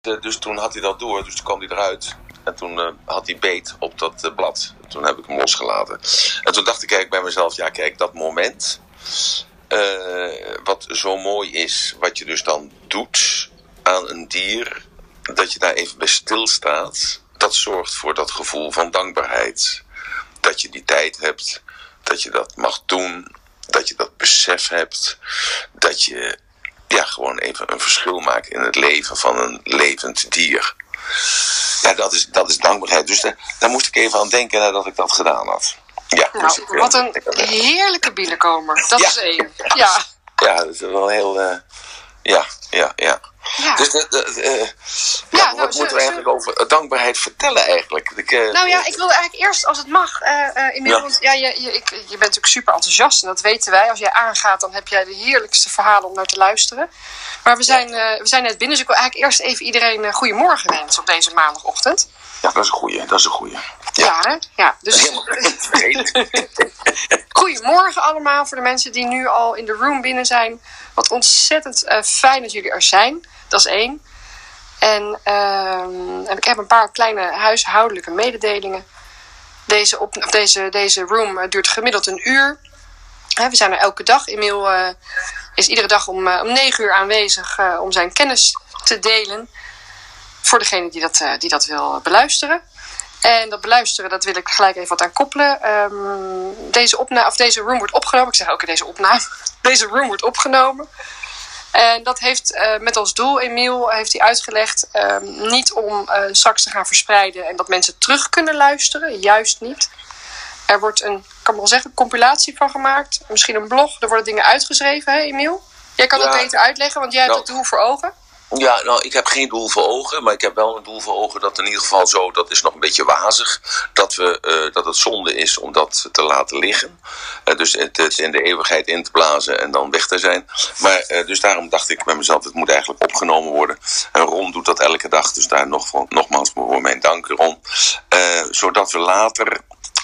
Dus toen had hij dat door, dus toen kwam hij eruit. En toen had hij beet op dat blad. Toen heb ik hem losgelaten. En toen dacht ik eigenlijk bij mezelf, ja kijk, dat moment... wat zo mooi is, wat je dus dan doet aan een dier... dat je daar even bij stilstaat... dat zorgt voor dat gevoel van dankbaarheid. Dat je die tijd hebt, dat je dat mag doen... dat je dat besef hebt... dat je gewoon even een verschil maakt in het leven van een levend dier... Ja, dat is dankbaarheid. Dus daar moest ik even aan denken nadat ik dat gedaan had. Ja, nou, dus wat een heerlijke binnenkomer. Dat is één. Ja. Ja, dat is wel heel... Ja. Dus wat moeten we eigenlijk over dankbaarheid vertellen eigenlijk? Ik wilde eigenlijk eerst, als het mag, Emiel, want je bent natuurlijk super enthousiast en dat weten wij. Als jij aangaat, dan heb jij de heerlijkste verhalen om naar te luisteren. Maar we zijn net binnen, dus ik wil eigenlijk eerst even iedereen goedemorgen wensen op deze maandagochtend. Ja, dat is een goeie. Ja, dus goedemorgen allemaal voor de mensen die nu al in de room binnen zijn. Wat ontzettend fijn dat jullie er zijn. Dat is één. En ik heb een paar kleine huishoudelijke mededelingen. Deze room duurt gemiddeld 1 uur. We zijn er elke dag. Emiel is iedere dag om 9 uur aanwezig om zijn kennis te delen. Voor degene die dat wil beluisteren. En dat beluisteren, dat wil ik gelijk even wat aan koppelen. Deze room wordt opgenomen. Ik zeg ook deze opname. Deze room wordt opgenomen. En dat heeft met als doel, Emiel heeft hij uitgelegd, niet om straks te gaan verspreiden en dat mensen terug kunnen luisteren. Juist niet. Er wordt een compilatie van gemaakt. Misschien een blog. Er worden dingen uitgeschreven, hè Emiel? Jij kan dat beter uitleggen, want jij hebt het doel voor ogen. Ja, nou, ik heb geen doel voor ogen, maar ik heb wel een doel voor ogen dat in ieder geval zo, dat is nog een beetje wazig, dat het zonde is om dat te laten liggen. Dus het in de eeuwigheid in te blazen en dan weg te zijn. Maar dus daarom dacht ik bij mezelf, het moet eigenlijk opgenomen worden. En Ron doet dat elke dag, dus daar nogmaals voor mijn dank, Ron. Zodat we later...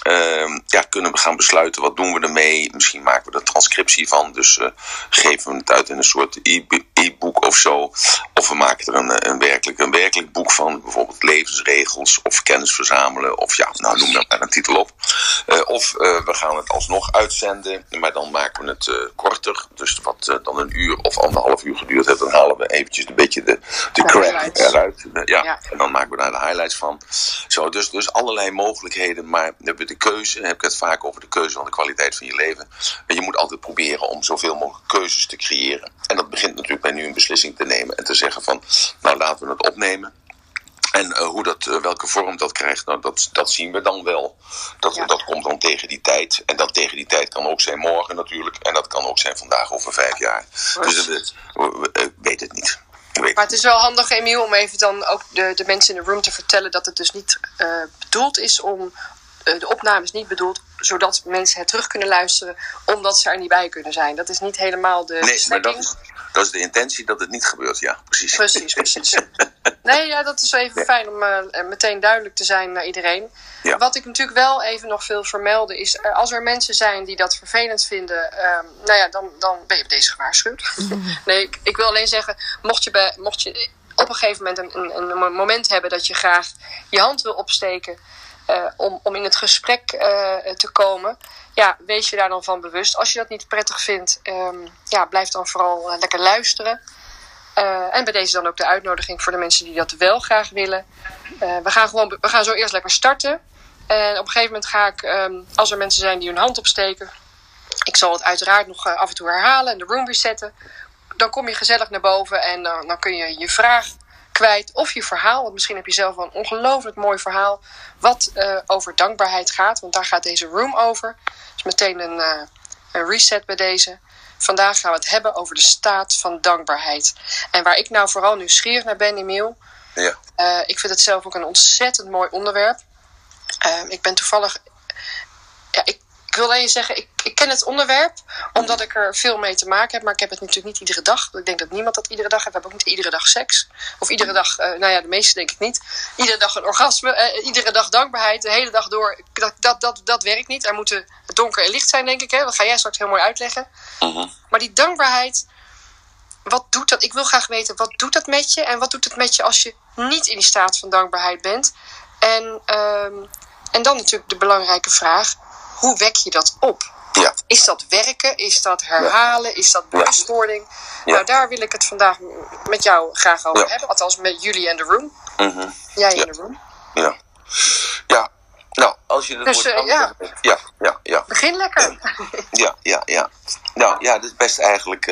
kunnen we gaan besluiten wat doen we ermee. Misschien maken we er transcriptie van. Dus geven we het uit in een soort e-book of zo. Of we maken er een werkelijk boek van. Bijvoorbeeld levensregels of kennis verzamelen. Of noem dat maar een titel op. Of we gaan het alsnog uitzenden. Maar dan maken we het korter. Dus wat dan 1 uur of 1,5 uur geduurd heeft. Dan halen we eventjes een beetje de crap eruit. En dan maken we daar de highlights van. Zo, dus allerlei mogelijkheden. Maar we hebben de keuze, heb ik het vaak over de keuze van de kwaliteit van je leven. En je moet altijd proberen om zoveel mogelijk keuzes te creëren. En dat begint natuurlijk bij nu een beslissing te nemen en te zeggen van, nou laten we het opnemen. En welke vorm dat krijgt, nou, dat zien we dan wel. Dat komt dan tegen die tijd. En dat tegen die tijd kan ook zijn morgen natuurlijk. En dat kan ook zijn vandaag over 5 jaar. Dus ik weet het niet. Maar het is wel handig, Emiel, om even dan ook de mensen in de room te vertellen dat het dus niet bedoeld is om... De opname is niet bedoeld zodat mensen het terug kunnen luisteren omdat ze er niet bij kunnen zijn. Dat is niet helemaal de strekking. Maar dat is de intentie dat het niet gebeurt, ja, precies. Precies. Nee, dat is even fijn om meteen duidelijk te zijn naar iedereen. Ja. Wat ik natuurlijk wel even nog wil vermelden is, als er mensen zijn die dat vervelend vinden, dan ben je op deze gewaarschuwd. Nee, ik wil alleen zeggen, mocht je op een gegeven moment een moment hebben dat je graag je hand wil opsteken, om in het gesprek te komen, wees je daar dan van bewust. Als je dat niet prettig vindt, blijf dan vooral lekker luisteren. En bij deze dan ook de uitnodiging voor de mensen die dat wel graag willen. We gaan zo eerst lekker starten. En op een gegeven moment ga ik, als er mensen zijn die hun hand opsteken, ik zal het uiteraard nog af en toe herhalen en de room resetten. Dan kom je gezellig naar boven en dan kun je je vraag kwijt of je verhaal, want misschien heb je zelf wel een ongelooflijk mooi verhaal wat over dankbaarheid gaat, want daar gaat deze room over. Dus meteen een reset bij deze. Vandaag gaan we het hebben over de staat van dankbaarheid. En waar ik nou vooral nieuwsgierig naar ben, Emiel, ik vind het zelf ook een ontzettend mooi onderwerp. Ik ben toevallig, ik wil alleen zeggen, ik ken het onderwerp omdat ik er veel mee te maken heb, maar ik heb het natuurlijk niet iedere dag. Ik denk dat niemand dat iedere dag heeft. We hebben ook niet iedere dag seks. Of iedere dag, de meeste denk ik niet. Iedere dag een orgasme, iedere dag dankbaarheid, de hele dag door. Dat werkt niet. Er moeten donker en licht zijn, denk ik. Hè? Dat ga jij straks heel mooi uitleggen. Maar die dankbaarheid, wat doet dat? Ik wil graag weten, wat doet dat met je? En wat doet het met je als je niet in die staat van dankbaarheid bent? En dan natuurlijk de belangrijke vraag, hoe wek je dat op? Ja. Is dat werken? Is dat herhalen? Is dat bewustwording? Ja. Nou, daar wil ik het vandaag met jou graag over hebben. Althans, met jullie in de room. Mm-hmm. Jij in de room. Ja. Ja. Nou, als je het woord Begin lekker. Ja. Nou ja, het is best eigenlijk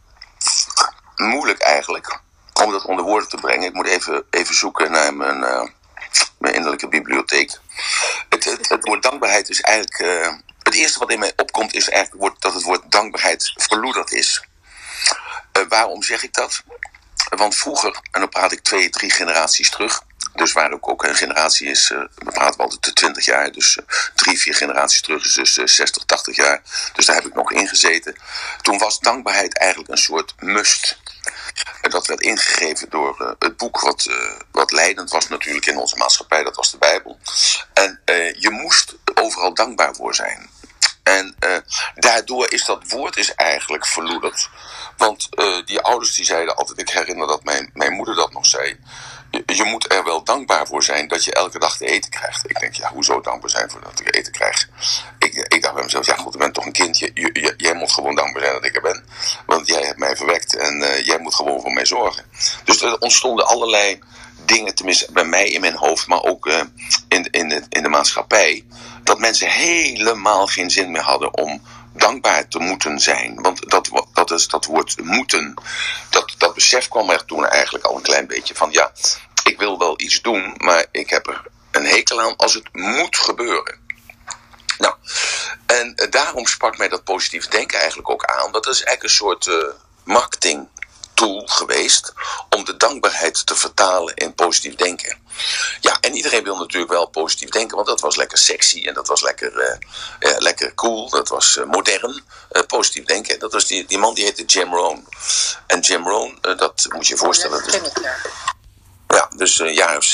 moeilijk eigenlijk om dat onder woorden te brengen. Ik moet even zoeken naar mijn innerlijke bibliotheek. Het woord dankbaarheid is eigenlijk... het eerste wat in mij opkomt is eigenlijk dat het woord dankbaarheid verloederd is. Waarom zeg ik dat? Want vroeger, en dan praat ik 2, 3 generaties terug... Dus waar ook een generatie is, we praten altijd de 20 jaar, dus 3, 4 generaties terug is dus 60, 80 jaar. Dus daar heb ik nog in gezeten. Toen was dankbaarheid eigenlijk een soort must. Dat werd ingegeven door het boek wat leidend was natuurlijk in onze maatschappij, dat was de Bijbel. En je moest overal dankbaar voor zijn. En daardoor is dat woord eigenlijk verloederd. Want die ouders die zeiden altijd, ik herinner dat mijn moeder dat nog zei... Je moet er wel dankbaar voor zijn dat je elke dag te eten krijgt. Ik denk, ja, hoezo dankbaar zijn voor dat ik eten krijg? Ik dacht bij mezelf, ja goed, ik ben toch een kindje. Jij moet gewoon dankbaar zijn dat ik er ben. Want jij hebt mij verwekt en jij moet gewoon voor mij zorgen. Dus er ontstonden allerlei dingen, tenminste bij mij in mijn hoofd, maar ook in de maatschappij, dat mensen helemaal geen zin meer hadden om dankbaar te moeten zijn. Want dat is dat woord moeten. Dat besef kwam er toen eigenlijk al een klein beetje van, ja, ik wil wel iets doen, maar ik heb er een hekel aan als het moet gebeuren. Nou, en daarom sprak mij dat positief denken eigenlijk ook aan. Dat is eigenlijk een soort marketing tool geweest om de dankbaarheid te vertalen in positief denken. Ja, en iedereen wil natuurlijk wel positief denken, want dat was lekker sexy en dat was lekker cool, dat was modern. Positief denken, dat was die man die heette Jim Rohn. En Jim Rohn, dat moet je je voorstellen. Ja, dus een jaar of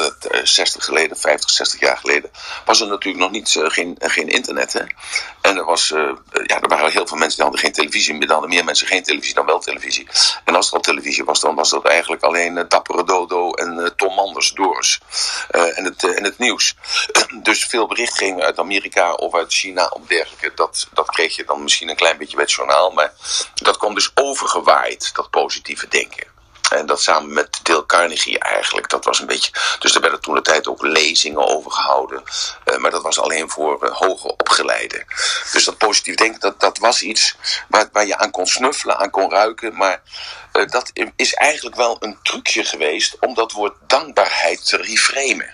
60 geleden, 50, 60 jaar geleden, was er natuurlijk nog niet geen internet. Hè? En er waren heel veel mensen die hadden geen televisie. Er hadden meer mensen geen televisie dan wel televisie. En als er al televisie was, dan was dat eigenlijk alleen Dappere Dodo en Tom Manders, Doris. En het nieuws. Dus veel berichtgeving uit Amerika of uit China of dergelijke, dat kreeg je dan misschien een klein beetje bij het journaal. Maar dat kwam dus overgewaaid, dat positieve denken. En dat samen met Dale Carnegie eigenlijk, dat was een beetje... Dus daar werden toen de tijd ook lezingen over gehouden. Maar dat was alleen voor hoger opgeleiden. Dus dat positief denken, dat was iets waar je aan kon snuffelen, aan kon ruiken. Maar dat is eigenlijk wel een trucje geweest om dat woord dankbaarheid te reframen.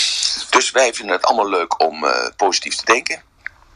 Dus wij vinden het allemaal leuk om positief te denken.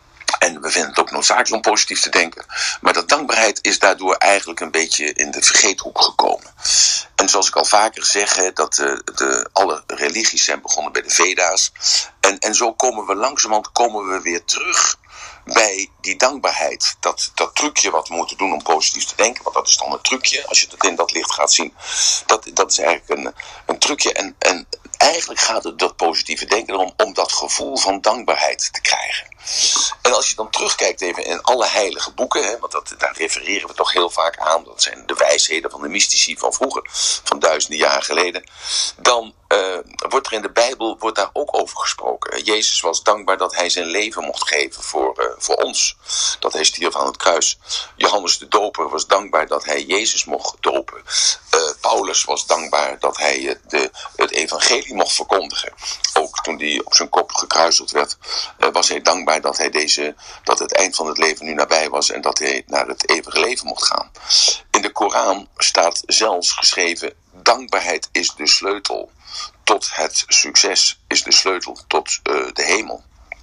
En we vinden het ook noodzakelijk om positief te denken. Maar dat dankbaarheid is daardoor eigenlijk een beetje in de vergeethoek gekomen. En zoals ik al vaker zeg, dat alle religies zijn begonnen bij de Veda's. En zo komen we langzamerhand weer terug bij die dankbaarheid. Dat trucje wat we moeten doen om positief te denken. Want dat is dan een trucje, als je het in dat licht gaat zien. Dat is eigenlijk een trucje. En eigenlijk gaat het dat positieve denken erom om dat gevoel van dankbaarheid te krijgen. En als je dan terugkijkt even in alle heilige boeken, want daar refereren we toch heel vaak aan, dat zijn de wijsheden van de mystici van vroeger, van duizenden jaren geleden, dan wordt er in de Bijbel daar ook over gesproken. Jezus was dankbaar dat hij zijn leven mocht geven voor ons, dat hij stierf aan het kruis. Johannes de Doper was dankbaar dat hij Jezus mocht dopen. Paulus was dankbaar dat hij het evangelie mocht verkondigen. Ook toen hij op zijn kop gekruisigd werd, was hij dankbaar dat dat het eind van het leven nu nabij was en dat hij naar het eeuwige leven mocht gaan. In de Koran staat zelfs geschreven: dankbaarheid is de sleutel tot het succes, is de sleutel tot de hemel.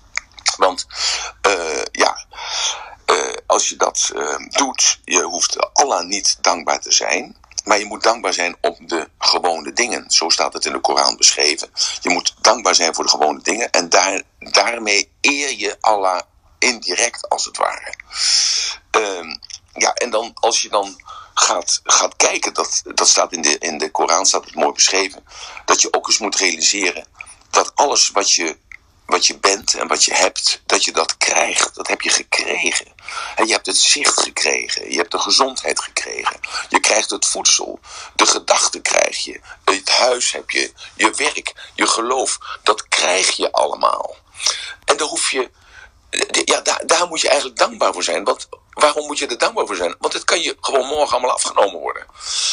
Want als je dat doet, je hoeft Allah niet dankbaar te zijn, maar je moet dankbaar zijn om de gewone dingen. Zo staat het in de Koran beschreven. Je moet dankbaar zijn voor de gewone dingen en daarmee eer je Allah indirect als het ware. En dan als je dan gaat kijken, dat staat in de Koran staat het mooi beschreven, dat je ook eens moet realiseren dat alles wat je wat je bent en wat je hebt, dat je dat krijgt. Dat heb je gekregen. En je hebt het zicht gekregen. Je hebt de gezondheid gekregen. Je krijgt het voedsel. De gedachten krijg je. Het huis heb je. Je werk. Je geloof. Dat krijg je allemaal. En daar hoef je... Ja, daar moet je eigenlijk dankbaar voor zijn. Want waarom moet je er dankbaar voor zijn? Want het kan je gewoon morgen allemaal afgenomen worden.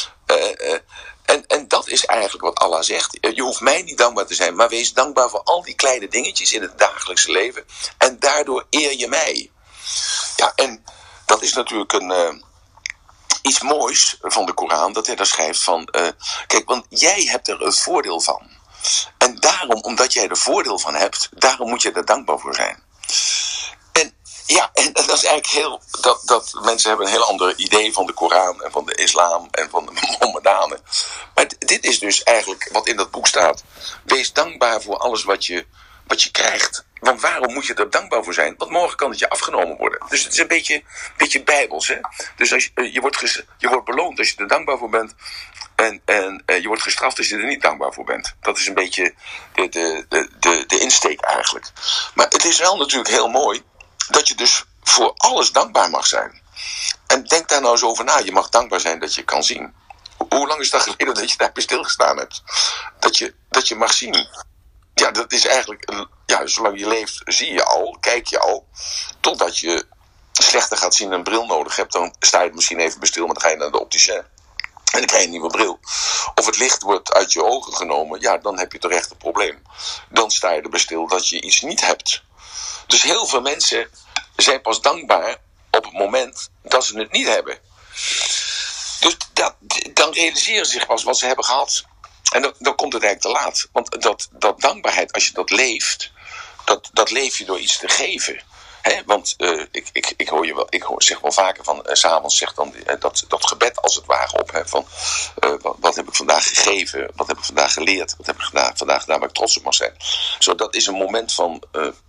En dat is eigenlijk wat Allah zegt. Je hoeft mij niet dankbaar te zijn, maar wees dankbaar voor al die kleine dingetjes in het dagelijkse leven. En daardoor eer je mij. Ja, en dat is natuurlijk iets moois van de Koran, dat hij daar schrijft van... kijk, want jij hebt er het voordeel van. En daarom, omdat jij er voordeel van hebt, daarom moet je er dankbaar voor zijn. En dat is eigenlijk heel... Dat mensen hebben een heel ander idee van de Koran en van de islam en van de Mohammedanen. Maar dit is dus eigenlijk wat in dat boek staat. Wees dankbaar voor alles wat je krijgt. Want waarom moet je er dankbaar voor zijn? Want morgen kan het je afgenomen worden. Dus het is een beetje bijbels, hè. Dus als je wordt beloond als je er dankbaar voor bent. En je wordt gestraft als je er niet dankbaar voor bent. Dat is een beetje de insteek eigenlijk. Maar het is wel natuurlijk heel mooi dat je dus voor alles dankbaar mag zijn. En denk daar nou eens over na. Je mag dankbaar zijn dat je kan zien. Hoe lang is dat geleden dat je daar bij stilgestaan hebt? Dat je mag zien. Ja, dat is eigenlijk... zolang je leeft zie je al, kijk je al. Totdat je slechter gaat zien en een bril nodig hebt. Dan sta je er misschien even bij stil, maar dan ga je naar de opticien. En dan krijg je een nieuwe bril. Of het licht wordt uit je ogen genomen. Ja, dan heb je toch echt een probleem. Dan sta je er bij stil dat je iets niet hebt. Dus heel veel mensen zijn pas dankbaar op het moment dat ze het niet hebben. Dus dan realiseren ze zich pas wat ze hebben gehad. En dan komt het eigenlijk te laat. Want dat dankbaarheid, als je dat leeft, dat leef je door iets te geven. Want ik zeg wel vaker van, 's avonds zegt dan dat gebed als het ware op. Van wat heb ik vandaag gegeven, wat heb ik vandaag geleerd, wat heb ik vandaag gedaan waar ik trots op mag zijn. Zo, dat is een moment van...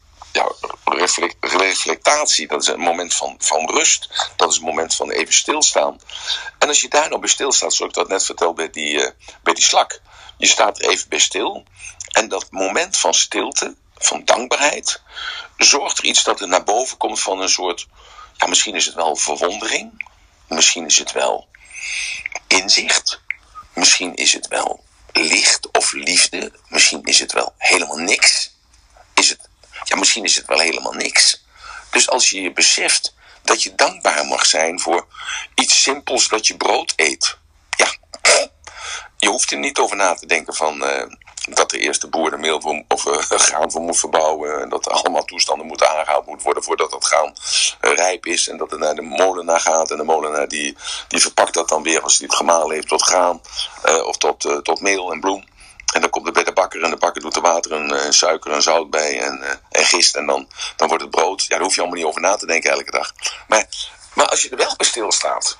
reflectatie, dat is een moment van rust. Dat is een moment van even stilstaan. En als je daar nou bij stilstaat, zoals ik dat net vertelde bij die slak. Je staat er even bij stil. En dat moment van stilte, van dankbaarheid, zorgt er iets dat er naar boven komt van een soort... Ja, misschien is het wel verwondering. Misschien is het wel inzicht. Misschien is het wel licht of liefde. Misschien is het wel helemaal niks. Misschien is het wel helemaal niks. Dus als je je beseft dat je dankbaar mag zijn voor iets simpels dat je brood eet. Ja, je hoeft er niet over na te denken van dat de eerste boer de meel of graan voor moet verbouwen. En dat er allemaal toestanden moeten aangehaald moeten worden voordat dat graan rijp is. En dat het naar de molenaar gaat. En de molenaar die verpakt dat dan weer als hij het gemalen heeft tot graan. Of tot meel en bloem. En dan komt het bij de bakker en de bakker doet er water en suiker en zout bij en gist. En dan wordt het brood. Ja, daar hoef je allemaal niet over na te denken elke dag. Maar als je er wel bij stilstaat.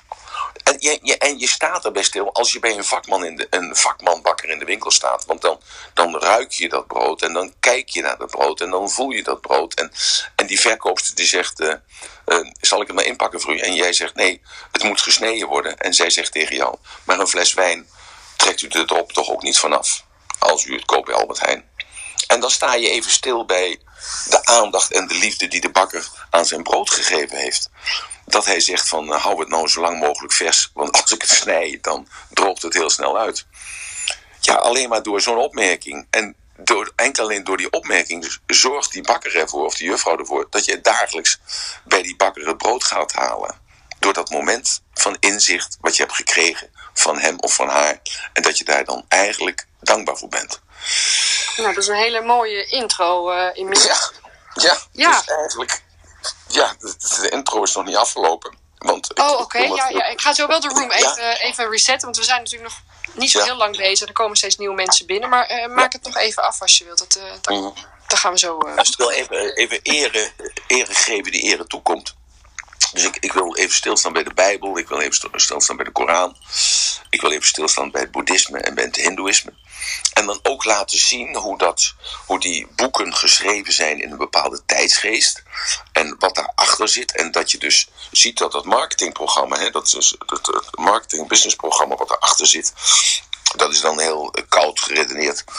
En je staat er bij stil als je bij een vakmanbakker in de winkel staat. Want dan ruik je dat brood en dan kijk je naar dat brood en dan voel je dat brood. En die verkoopster die zegt, zal ik het maar inpakken voor u? En jij zegt, nee, het moet gesneden worden. En zij zegt tegen jou, maar een fles wijn trekt u er toch ook niet vanaf. Als u het koopt bij Albert Heijn. En dan sta je even stil bij de aandacht en de liefde die de bakker aan zijn brood gegeven heeft. Dat hij zegt van, hou het nou zo lang mogelijk vers. Want als ik het snij, dan droogt het heel snel uit. Ja, alleen maar door zo'n opmerking. En enkel alleen door die opmerking zorgt die bakker ervoor, of die juffrouw ervoor, dat je dagelijks bij die bakker het brood gaat halen. Door dat moment van inzicht wat je hebt gekregen van hem of van haar. En dat je daar dan eigenlijk dankbaar voor bent. Nou, dat is een hele mooie intro inmiddels. Ja. Dus eigenlijk... Ja, de intro is nog niet afgelopen. Oké. Ja, ik ga zo wel de room even resetten. Want we zijn natuurlijk nog niet zo heel lang bezig. Er komen steeds nieuwe mensen binnen. Maar maak het nog even af als je wilt. Dan gaan we zo... ik wil even ere geven die ere toekomt. Dus ik wil even stilstaan bij de Bijbel. Ik wil even stilstaan bij de Koran. Ik wil even stilstaan bij het boeddhisme en bij het hindoeïsme. En dan ook laten zien hoe die boeken geschreven zijn in een bepaalde tijdsgeest. En wat daarachter zit. En dat je dus ziet dat het marketingprogramma, dat is het marketing-businessprogramma wat daarachter zit. Dat is dan heel koud geredeneerd.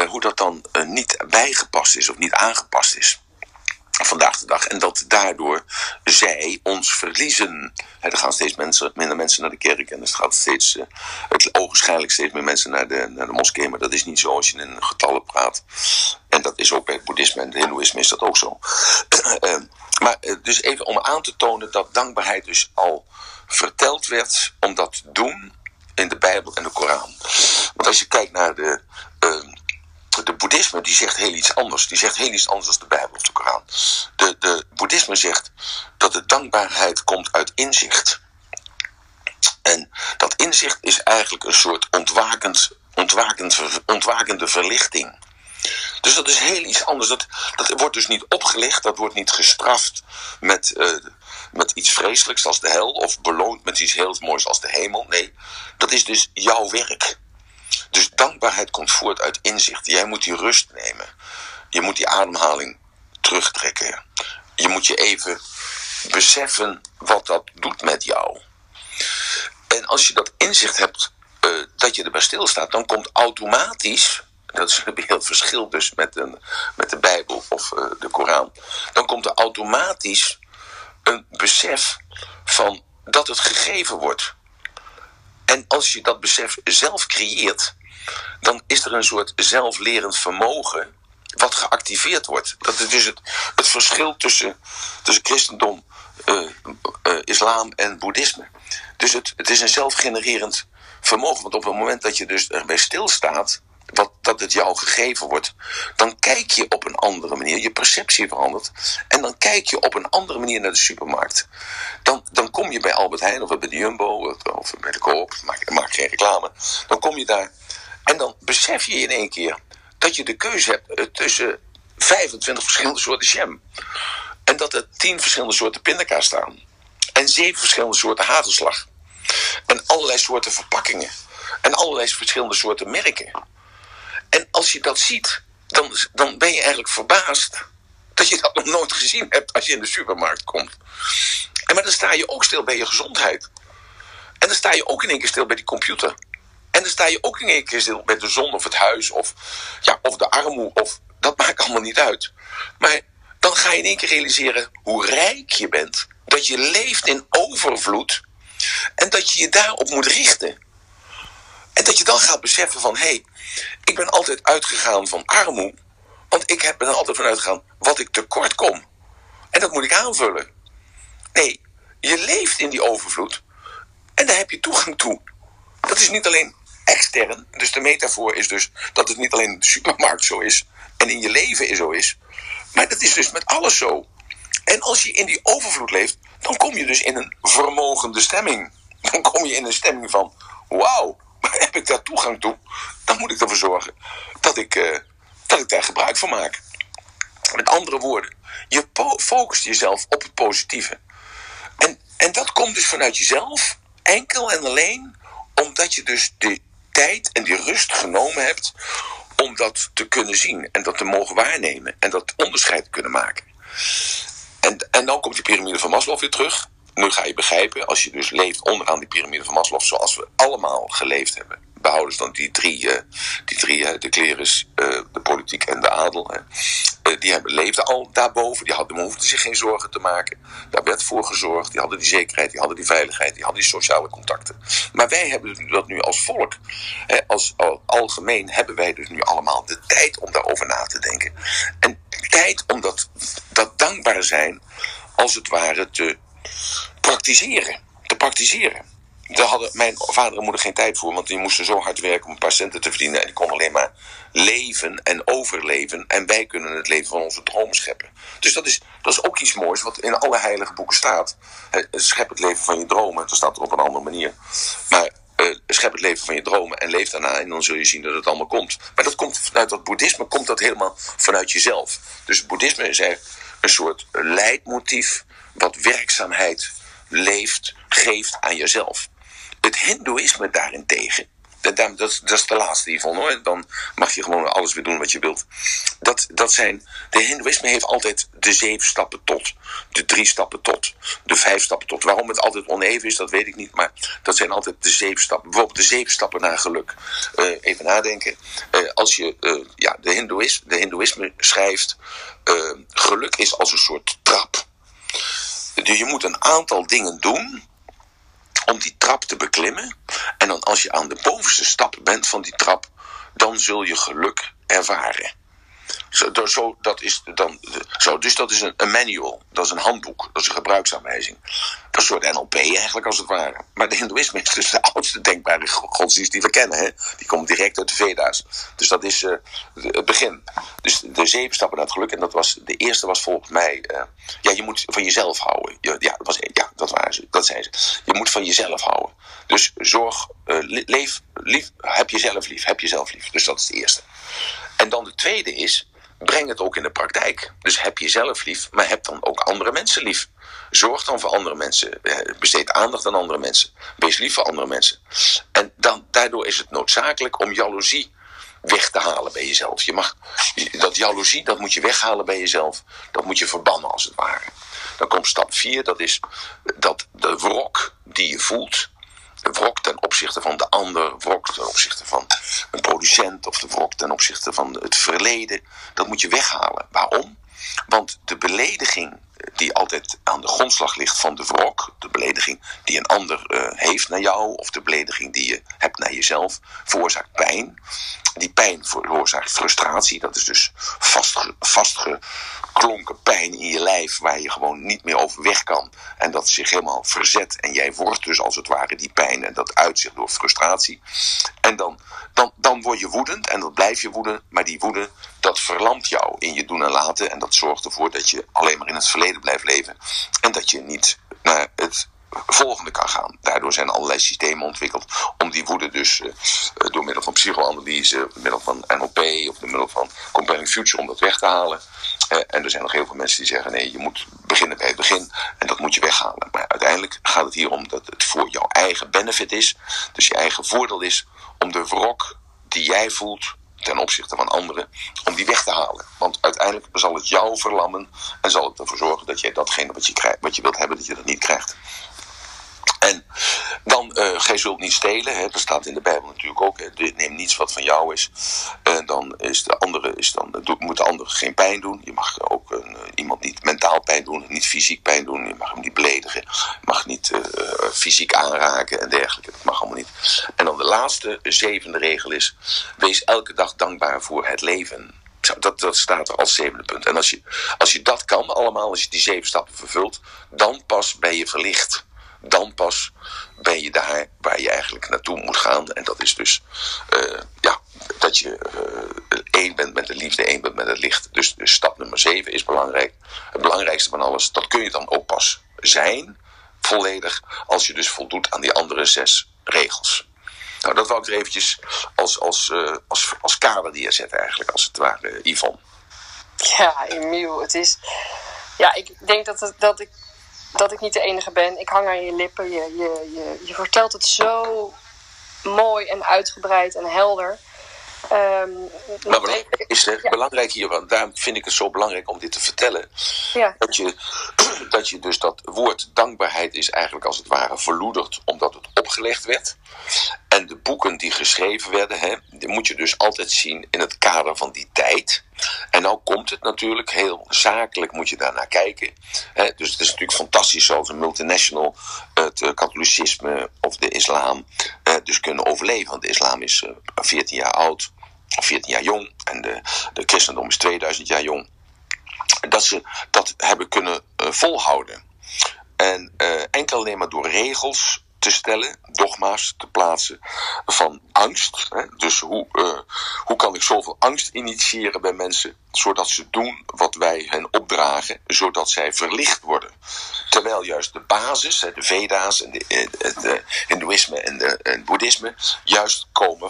hoe dat dan niet bijgepast is of niet aangepast is vandaag de dag. En dat daardoor zij ons verliezen. Er gaan steeds minder mensen naar de kerk. En er gaat ogenschijnlijk steeds meer mensen naar de moskee. Maar dat is niet zo als je in getallen praat. En dat is ook bij het boeddhisme en het hindoeïsme is dat ook zo. Maar dus even om aan te tonen dat dankbaarheid dus al verteld werd om dat te doen in de Bijbel en de Koran. Want als je kijkt naar de boeddhisme, die zegt heel iets anders. Die zegt heel iets anders dan de Bijbel of de Koran. De boeddhisme zegt dat de dankbaarheid komt uit inzicht. En dat inzicht is eigenlijk een soort ontwakende verlichting. Dus dat is heel iets anders. Dat wordt dus niet opgelegd, dat wordt niet gestraft met iets vreselijks als de hel, of beloond met iets heel moois als de hemel. Nee, dat is dus jouw werk. Dus dankbaarheid komt voort uit inzicht. Jij moet die rust nemen. Je moet die ademhaling terugtrekken. Je moet je even beseffen wat dat doet met jou. En als je dat inzicht hebt, dat je erbij stilstaat, dan komt automatisch, dat is een heel verschil dus met de Bijbel of de Koran, dan komt er automatisch een besef van dat het gegeven wordt. En als je dat besef zelf creëert, dan is er een soort zelflerend vermogen wat geactiveerd wordt. Dat is dus het verschil tussen christendom, islam en boeddhisme. Dus het is een zelfgenererend vermogen. Want op het moment dat je dus erbij stilstaat, dat het jou gegeven wordt, dan kijk je op een andere manier. Je perceptie verandert. En dan kijk je op een andere manier naar de supermarkt. Dan kom je bij Albert Heijn of bij de Jumbo of bij de Coop. Maak geen reclame. Dan kom je daar en dan besef je in één keer dat je de keuze hebt tussen 25 verschillende soorten jam. En dat er 10 verschillende soorten pindakaas staan. En 7 verschillende soorten hagelslag. En allerlei soorten verpakkingen. En allerlei verschillende soorten merken. En als je dat ziet, dan ben je eigenlijk verbaasd dat je dat nog nooit gezien hebt als je in de supermarkt komt. Maar dan sta je ook stil bij je gezondheid. En dan sta je ook in één keer stil bij die computer. En dan sta je ook in één keer stil bij de zon of het huis of de armoede. Dat maakt allemaal niet uit. Maar dan ga je in één keer realiseren hoe rijk je bent. Dat je leeft in overvloed. En dat je je daarop moet richten. En dat je dan gaat beseffen van, hé, ik ben altijd uitgegaan van armoede. Want ik ben er altijd van uitgegaan wat ik tekort kom. En dat moet ik aanvullen. Nee, je leeft in die overvloed. En daar heb je toegang toe. Dat is niet alleen extern. Dus de metafoor is dus dat het niet alleen in de supermarkt zo is. En in je leven zo is. Maar dat is dus met alles zo. En als je in die overvloed leeft, dan kom je dus in een vermogende stemming. Dan kom je in een stemming van, wauw, heb ik daar toegang toe? Dan moet ik ervoor zorgen dat ik daar gebruik van maak. Met andere woorden, je focust jezelf op het positieve. En dat komt dus vanuit jezelf, enkel en alleen, omdat je dus de tijd en die rust genomen hebt om dat te kunnen zien en dat te mogen waarnemen en dat onderscheid te kunnen maken. En dan komt die piramide van Maslow weer terug. Nu ga je begrijpen, als je dus leeft onderaan die piramide van Maslow, zoals we allemaal geleefd hebben, behouden dan die drie, de klerus, de politiek en de adel, die leefden al daarboven, die hoefden zich geen zorgen te maken. Daar werd voor gezorgd, die hadden die zekerheid, die hadden die veiligheid, die hadden die sociale contacten. Maar wij hebben dat nu als volk, als algemeen hebben wij dus nu allemaal de tijd om daarover na te denken. En tijd om dat dankbaar zijn, als het ware, te praktiseren. Daar hadden mijn vader en moeder geen tijd voor, want die moesten zo hard werken om een paar centen te verdienen. En die konden alleen maar leven en overleven. En wij kunnen het leven van onze dromen scheppen. Dus dat is ook iets moois wat in alle heilige boeken staat. Schep het leven van je dromen. Dat staat er op een andere manier. Maar schep het leven van je dromen en leef daarna. En dan zul je zien dat het allemaal komt. Maar dat komt vanuit dat boeddhisme, komt dat helemaal vanuit jezelf. Dus het boeddhisme is eigenlijk een soort leidmotief wat werkzaamheid geeft aan jezelf. Het hindoeïsme daarentegen dat is de laatste hiervan hoor. Dan mag je gewoon alles weer doen wat je wilt. De Hindoeïsme heeft altijd de 7 stappen tot. De 3 stappen tot. De 5 stappen tot. Waarom het altijd oneven is, dat weet ik niet. Maar dat zijn altijd de 7 stappen. Bijvoorbeeld de 7 stappen naar geluk. Even nadenken. Als je de Hindoeïsme schrijft. Geluk is als een soort trap. Dus je moet een aantal dingen doen om die trap te beklimmen. En dan als je aan de bovenste stap bent van die trap, dan zul je geluk ervaren. Dus dat is een manual, dat is een handboek, dat is een gebruiksaanwijzing. Dat is een soort NLP eigenlijk als het ware. Maar de Hindoeïsme is dus de oudste denkbare godsdienst die we kennen. Hè? Die komt direct uit de Veda's. Dus dat is het begin. Dus de 7 stappen naar het geluk. En de eerste was volgens mij, je moet van jezelf houden. Dat zei ze. Je moet van jezelf houden. Dus zorg, leef lief, heb jezelf lief. Dus dat is het eerste. En dan de tweede is, breng het ook in de praktijk. Dus heb jezelf lief, maar heb dan ook andere mensen lief. Zorg dan voor andere mensen. Besteed aandacht aan andere mensen. Wees lief voor andere mensen. En daardoor is het noodzakelijk om jaloezie weg te halen bij jezelf. Dat jaloezie, dat moet je weghalen bij jezelf. Dat moet je verbannen als het ware. Dan komt stap 4, dat is dat de wrok die je voelt. De wrok ten opzichte van de ander, wrok ten opzichte van een producent of de wrok ten opzichte van het verleden. Dat moet je weghalen. Waarom? Want de belediging die altijd aan de grondslag ligt van de wrok, de belediging die een ander heeft naar jou of de belediging die je hebt naar jezelf, veroorzaakt pijn. Die pijn veroorzaakt frustratie. Dat is dus vastgeklonken pijn in je lijf waar je gewoon niet meer over weg kan. En dat zich helemaal verzet. En jij wordt dus als het ware die pijn en dat uitzicht door frustratie. En dan word je woedend en dan blijf je woeden. Maar die woede, dat verlamt jou in je doen en laten. En dat zorgt ervoor dat je alleen maar in het verleden blijft leven. En dat je niet naar het volgende kan gaan. Daardoor zijn allerlei systemen ontwikkeld om die woede dus door middel van psychoanalyse, door middel van NLP of door middel van Compelling Future om dat weg te halen. En er zijn nog heel veel mensen die zeggen nee, je moet beginnen bij het begin en dat moet je weghalen. Maar uiteindelijk gaat het hier om dat het voor jouw eigen benefit is, dus je eigen voordeel is om de wrok die jij voelt ten opzichte van anderen, om die weg te halen. Want uiteindelijk zal het jou verlammen en zal het ervoor zorgen dat jij datgene wat je wilt hebben, dat je dat niet krijgt. En dan, gij zult niet stelen. Hè, dat staat in de Bijbel natuurlijk ook. Hè, neem niets wat van jou is. Dan is de andere, moet de andere geen pijn doen. Je mag ook iemand niet mentaal pijn doen, niet fysiek pijn doen. Je mag hem niet beledigen. Je mag niet fysiek aanraken en dergelijke. Dat mag allemaal niet. En dan de laatste, 7e regel is, wees elke dag dankbaar voor het leven. Dat staat er als 7e punt. En als je dat kan allemaal, als je die 7 stappen vervult, dan pas ben je verlicht. Dan pas ben je daar waar je eigenlijk naartoe moet gaan. En dat is dus dat je één bent met de liefde, één bent met het licht. Dus stap nummer 7 is belangrijk. Het belangrijkste van alles, dat kun je dan ook pas zijn, volledig, als je dus voldoet aan die andere 6 regels. Nou, dat wou ik er eventjes als kader neerzetten eigenlijk, als het ware, Yvonne. Ja, Emiel, het is... Ja, ik denk dat ik niet de enige ben. Ik hang aan je lippen. Je vertelt het zo mooi en uitgebreid en helder. Maar belangrijk hier, want daarom vind ik het zo belangrijk om dit te vertellen. Ja. Dat je dus dat woord dankbaarheid is eigenlijk als het ware verloederd omdat het opgelegd werd. En de boeken die geschreven werden, die moet je dus altijd zien in het kader van die tijd. En nou komt het natuurlijk, heel zakelijk moet je daarnaar kijken. Dus het is natuurlijk fantastisch zoals een multinational het katholicisme of de islam dus kunnen overleven. Want de islam is 14 jaar oud, 14 jaar jong en de christendom is 2000 jaar jong. Dat ze dat hebben kunnen volhouden. En enkel alleen maar door regels te stellen, dogma's te plaatsen van angst. Dus hoe kan ik zoveel angst initiëren bij mensen, zodat ze doen wat wij hen opdragen, zodat zij verlicht worden. Terwijl juist de basis, de Veda's en het Hindoeïsme en het Boeddhisme, juist komen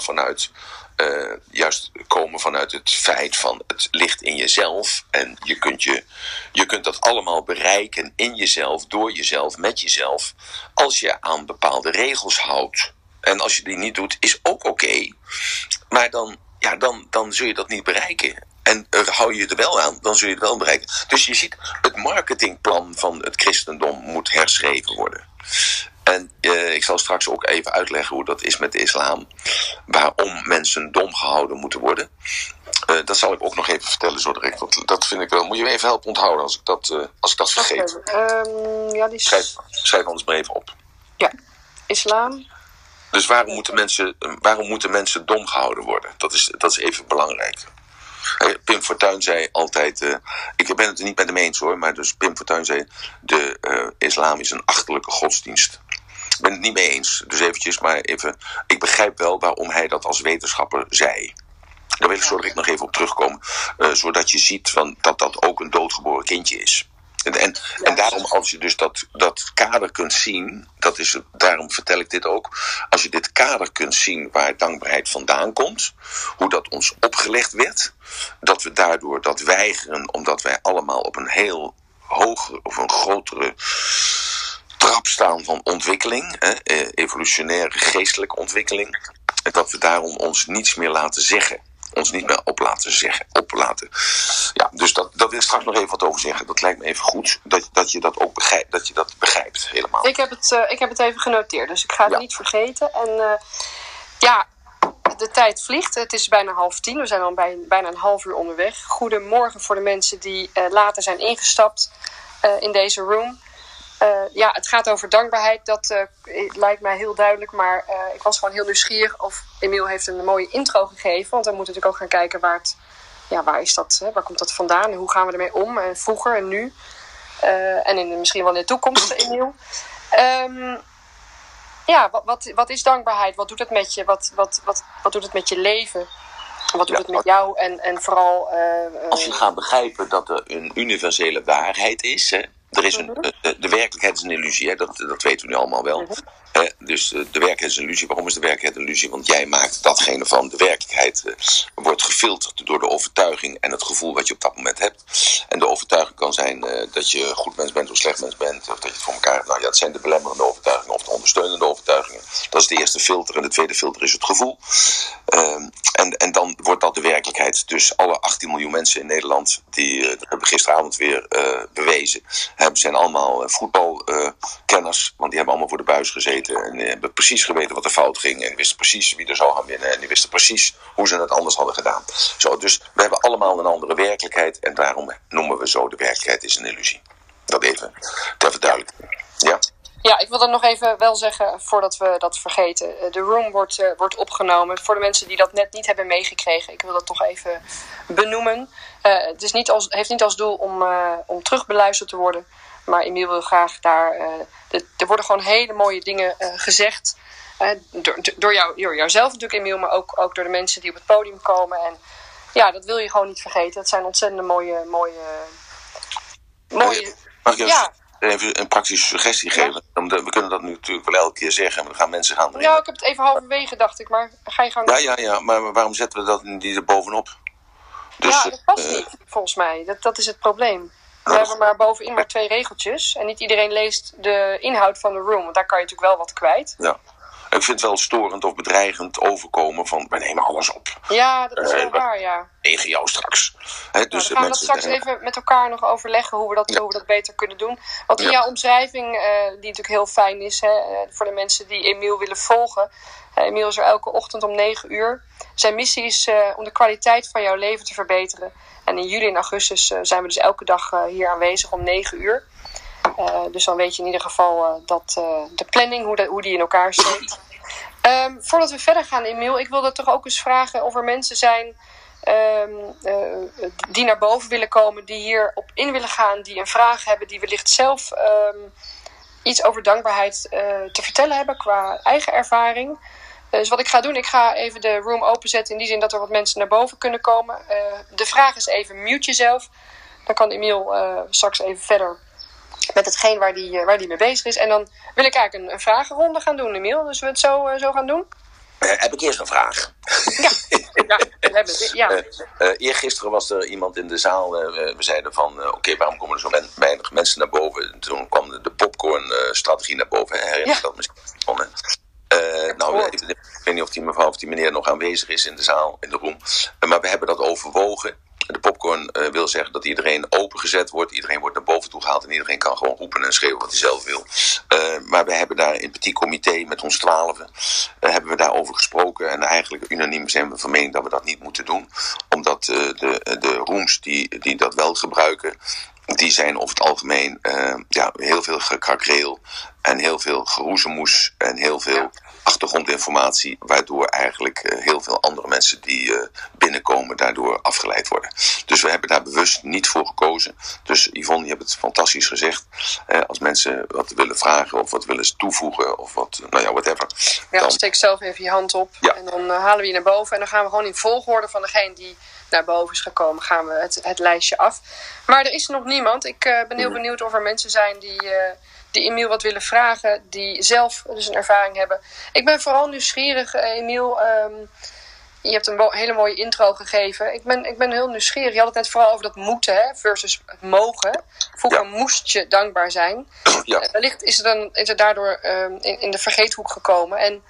vanuit het feit van het ligt in jezelf. En je kunt dat allemaal bereiken in jezelf, door jezelf, met jezelf, als je aan bepaalde regels houdt. En als je die niet doet, is ook oké. Maar dan zul je dat niet bereiken. En hou je er wel aan, dan zul je het wel bereiken. Dus je ziet, het marketingplan van het christendom moet herschreven worden. En ik zal straks ook even uitleggen hoe dat is met de islam. Waarom mensen dom gehouden moeten worden. Dat zal ik ook nog even vertellen zo direct. Want dat vind ik wel. Moet je me even helpen onthouden als ik dat vergeet. Schrijf anders maar even op. Ja, islam. Dus waarom moeten mensen dom gehouden worden? Dat is even belangrijk. Pim Fortuyn zei altijd, ik ben het er niet met hem eens hoor, maar dus Pim Fortuyn zei, de islam is een achterlijke godsdienst. Ik ben het niet mee eens, dus eventjes, maar even, ik begrijp wel waarom hij dat als wetenschapper zei. Daar wil ik zo direct nog even op terugkomen, zodat je ziet dat ook een doodgeboren kindje is. En daarom, als je dus dat kader kunt zien, daarom vertel ik dit ook. Als je dit kader kunt zien waar dankbaarheid vandaan komt, hoe dat ons opgelegd werd, dat we daardoor dat weigeren, omdat wij allemaal op een heel hoge of een grotere trap staan van ontwikkeling, evolutionaire geestelijke ontwikkeling, en dat we daarom ons niets meer laten zeggen. Ons niet meer oplaten. Ja, dus dat wil ik straks nog even wat over zeggen. Dat lijkt me even goed, dat je dat ook begrijpt, dat je dat begrijpt helemaal. Ik heb het even genoteerd, dus ik ga het niet vergeten. En de tijd vliegt. Het is bijna 9:30. We zijn al bijna een half uur onderweg. Goedemorgen voor de mensen die later zijn ingestapt in deze room. Het gaat over dankbaarheid. Dat lijkt mij heel duidelijk. Maar ik was gewoon heel nieuwsgierig of Emiel heeft een mooie intro gegeven. Want dan moeten we natuurlijk ook gaan kijken waar is dat, waar komt dat vandaan? En hoe gaan we ermee om? Vroeger en nu. En misschien wel in de toekomst, Emiel. Wat is dankbaarheid? Wat doet het met je? Wat doet het met je leven? Wat doet het met jou? En vooral... Als je gaat begrijpen dat er een universele waarheid is... Hè? De werkelijkheid is een illusie, hè? Dat weten we nu allemaal wel. Dus de werkelijkheid is een illusie. Waarom is de werkelijkheid een illusie? Want jij maakt datgene van de werkelijkheid. Wordt gefilterd door de overtuiging en het gevoel wat je op dat moment hebt. En de overtuiging kan zijn dat je een goed mens bent of slecht mens bent. Of dat je het voor elkaar hebt. Nou ja, dat zijn de belemmerende overtuigingen of de ondersteunende overtuigingen. Dat is de eerste filter. En de tweede filter is het gevoel. En dan wordt dat de werkelijkheid. Dus alle 18 miljoen mensen in Nederland, dat hebben we gisteravond weer bewezen, zijn allemaal voetbalkenners. Want die hebben allemaal voor de buis gezeten. En hebben precies geweten wat er fout ging. En wisten precies wie er zou gaan winnen. En die wisten precies hoe ze het anders hadden gedaan. Zo, dus we hebben allemaal een andere werkelijkheid. En daarom noemen we zo, de werkelijkheid is een illusie. Dat even ter verduidelijking. Ja? Ja, ik wil dan nog even wel zeggen, voordat we dat vergeten. De room wordt opgenomen. Voor de mensen die dat net niet hebben meegekregen. Ik wil dat toch even benoemen. Het heeft niet als doel om terugbeluisterd te worden. Maar Emiel wil graag daar... er worden gewoon hele mooie dingen gezegd. Door jouzelf natuurlijk, Emiel. Maar ook door de mensen die op het podium komen. En ja, dat wil je gewoon niet vergeten. Dat zijn ontzettend mooie... Mag ik even een praktische suggestie geven? We kunnen dat nu natuurlijk wel elke keer zeggen. Maar dan gaan mensen gaan erin. Ja, ik heb het even halverwege, dacht ik. Maar ga je gang. Ja. Maar waarom zetten we dat niet er bovenop? Dus, dat past niet, volgens mij. Dat is het probleem. We hebben maar bovenin maar 2 regeltjes. En niet iedereen leest de inhoud van de room. Want daar kan je natuurlijk wel wat kwijt. Ja. Ik vind het wel storend of bedreigend overkomen van... we nemen alles op. Ja, dat is wel waar, ja. Tegen jou straks. Dus we gaan dat straks even met elkaar nog overleggen... hoe we dat beter kunnen doen. Want in jouw omschrijving, die natuurlijk heel fijn is... voor de mensen die Emiel willen volgen... Emiel is er elke ochtend om 9 uur. Zijn missie is om de kwaliteit van jouw leven te verbeteren. En in juli en augustus zijn we dus elke dag hier aanwezig om 9 uur. Dus dan weet je in ieder geval dat de planning, hoe die in elkaar steekt. Voordat we verder gaan, Emiel, ik wilde toch ook eens vragen of er mensen zijn die naar boven willen komen, die hierop in willen gaan, die een vraag hebben, die wellicht zelf iets over dankbaarheid te vertellen hebben qua eigen ervaring. Dus wat ik ga doen, ik ga even de room openzetten in die zin dat er wat mensen naar boven kunnen komen. De vraag is even, mute jezelf. Dan kan Emiel straks even verder met hetgeen waar die mee bezig is. En dan wil ik eigenlijk een vragenronde gaan doen, Emiel. Dus we het zo gaan doen? Heb ik eerst een vraag? Ja. Eergisteren was er iemand in de zaal. We zeiden van, oké, waarom komen er zo weinig mensen naar boven? Toen kwam de popcorn-strategie naar boven. Herinner je dat misschien? Ik weet niet of die mevrouw of die meneer nog aanwezig is in de zaal, in de room. Maar we hebben dat overwogen. De popcorn wil zeggen dat iedereen opengezet wordt. Iedereen wordt naar boven toe gehaald en iedereen kan gewoon roepen en schreeuwen wat hij zelf wil. Maar we hebben daar in het petit comité met ons 12 hebben we daarover gesproken. En eigenlijk unaniem zijn we van mening dat we dat niet moeten doen. Omdat de rooms die dat wel gebruiken, die zijn over het algemeen heel veel gekrakreel en heel veel geroezemoes en heel veel achtergrondinformatie, waardoor eigenlijk heel veel andere mensen die binnenkomen daardoor afgeleid worden. Dus we hebben daar bewust niet voor gekozen. Dus Yvonne, je hebt het fantastisch gezegd. Als mensen wat willen vragen of wat willen toevoegen of wat, whatever. Ja, dan steek zelf even je hand op en dan halen we je naar boven en dan gaan we gewoon in volgorde van degene die naar boven is gekomen, gaan we het lijstje af. Maar er is nog niemand. Ik ben heel benieuwd of er mensen zijn die Emiel wat willen vragen, die zelf dus een ervaring hebben. Ik ben vooral nieuwsgierig, Emiel. Je hebt een hele mooie intro gegeven. Ik ben heel nieuwsgierig. Je had het net vooral over dat moeten versus het mogen. Vroeger moest je dankbaar zijn. Ja. Wellicht is het daardoor in de vergeethoek gekomen. En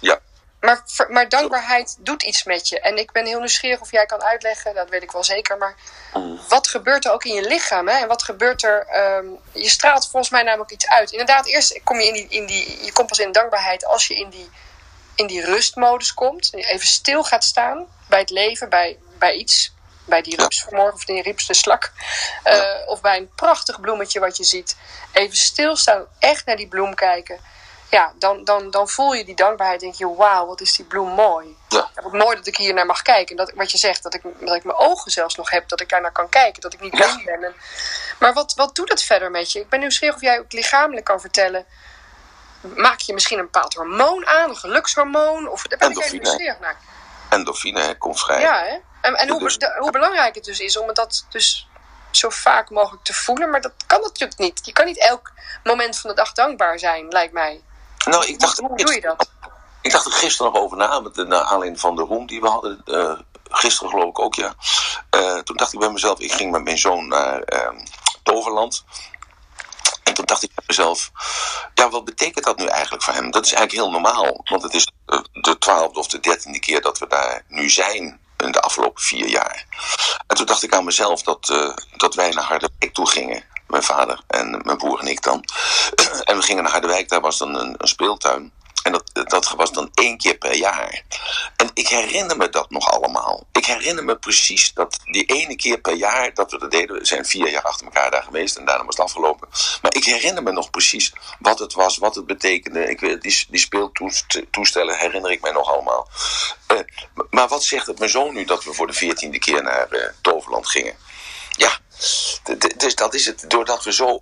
Maar dankbaarheid doet iets met je. En ik ben heel nieuwsgierig of jij kan uitleggen, dat weet ik wel zeker, maar wat gebeurt er ook in je lichaam? Hè? En wat gebeurt er? Je straalt volgens mij namelijk iets uit. Inderdaad, eerst kom je je komt pas in dankbaarheid als je in die rustmodus komt. Even stil gaat staan bij het leven, bij iets. Bij die rups vanmorgen, of die rups de slak. Of bij een prachtig bloemetje wat je ziet. Even stilstaan, echt naar die bloem kijken. Ja, dan voel je die dankbaarheid. Denk je, wauw, wat is die bloem mooi. Ja. Wat mooi dat ik hier naar mag kijken. Dat, wat je zegt, dat ik mijn ogen zelfs nog heb. Dat ik daar naar kan kijken. Dat ik niet blind ben. Maar wat doet het verder met je? Ik ben nieuwsgierig of jij ook lichamelijk kan vertellen. Maak je misschien een bepaald hormoon aan? Een gelukshormoon? Of daar ben ik even nieuwsgierig naar. Endorfine komt vrij. Ja, hè? En hoe belangrijk het dus is om dat dus zo vaak mogelijk te voelen. Maar dat kan natuurlijk niet. Je kan niet elk moment van de dag dankbaar zijn, lijkt mij. Nou, hoe doe je dat? Ik dacht er gisteren nog over naar aanleiding van de room die we hadden. Gisteren geloof ik ook, ja. Toen dacht ik bij mezelf, ik ging met mijn zoon naar Toverland. En toen dacht ik bij mezelf, wat betekent dat nu eigenlijk voor hem? Dat is eigenlijk heel normaal. Want het is de 12e of de 13e keer dat we daar nu zijn in de afgelopen 4 jaar. En toen dacht ik aan mezelf dat wij naar Harderwijk toe gingen. Mijn vader en mijn broer en ik dan. En we gingen naar Harderwijk, daar was dan een speeltuin. En dat was dan 1 keer per jaar. En ik herinner me dat nog allemaal. Ik herinner me precies dat die 1 keer per jaar dat we dat deden. We zijn 4 jaar achter elkaar daar geweest en daarna was het afgelopen. Maar ik herinner me nog precies wat het was, wat het betekende. Die speeltoestellen herinner ik mij nog allemaal. Maar wat zegt het mijn zoon nu dat we voor de 14e keer naar Toverland gingen? Ja, dus dat is het. Doordat we zo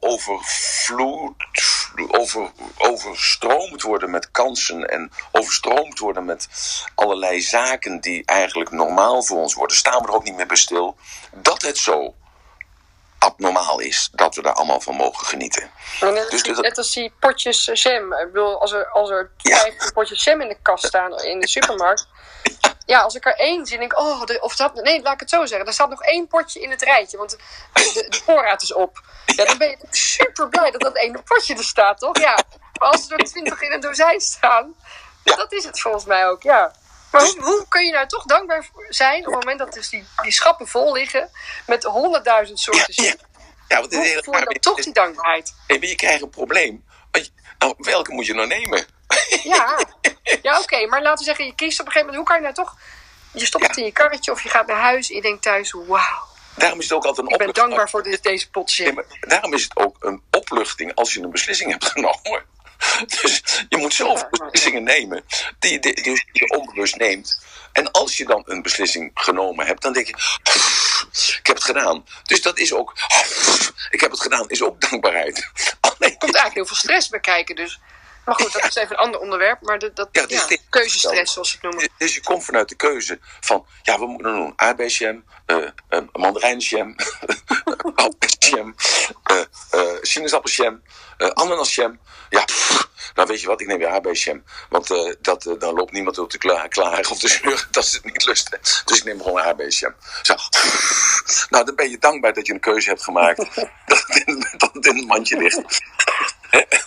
overstroomd worden met kansen en overstroomd worden met allerlei zaken die eigenlijk normaal voor ons worden, staan we er ook niet meer bij stil dat het zo abnormaal is dat we daar allemaal van mogen genieten. Net als die potjes jam. Ik bedoel, als er 5 potjes jam in de kast staan in de supermarkt. Ja, als ik er 1 zie, denk ik, nee, laat ik het zo zeggen. Er staat nog 1 potje in het rijtje, want de voorraad is op. Ja, dan ben je super blij dat 1 potje er staat, toch? Ja, maar als er 20 in een dozijn staan, dat is het volgens mij ook, ja. Maar hoe kun je nou toch dankbaar zijn op het moment dat dus die schappen vol liggen met 100.000 soorten shit? Ja, want hoe voel je dan toch die dankbaarheid? Maar je krijgt een probleem. Welke moet je nou nemen? Ja, oké, maar laten we zeggen, je kiest op een gegeven moment, hoe kan je nou toch, je stopt het in je karretje of je gaat naar huis en je denkt thuis, wauw. Daarom is het ook altijd ik ben dankbaar voor deze pot jam. Daarom is het ook een opluchting als je een beslissing hebt genomen. Dus je moet zoveel beslissingen nemen die je onbewust neemt. En als je dan een beslissing genomen hebt, dan denk je, ik heb het gedaan. Dus dat is ook, ik heb het gedaan, is ook dankbaarheid. Er komt eigenlijk heel veel stress bij kijken, dus. Maar goed, dat is even een ander onderwerp. Maar keuzestress, zoals ik het noem. Dus je komt vanuit de keuze van, we moeten doen aardbeisjam, mandarijnjam, appelsiam, sinaasappelsiam, ananasjam. Nou weet je wat, ik neem weer aardbeisjam. Want dan loopt niemand op te klagen of te zeuren dat ze het niet lusten. Dus ik neem gewoon aardbeisjam. Zo. Nou, dan ben je dankbaar dat je een keuze hebt gemaakt dat het in het mandje ligt.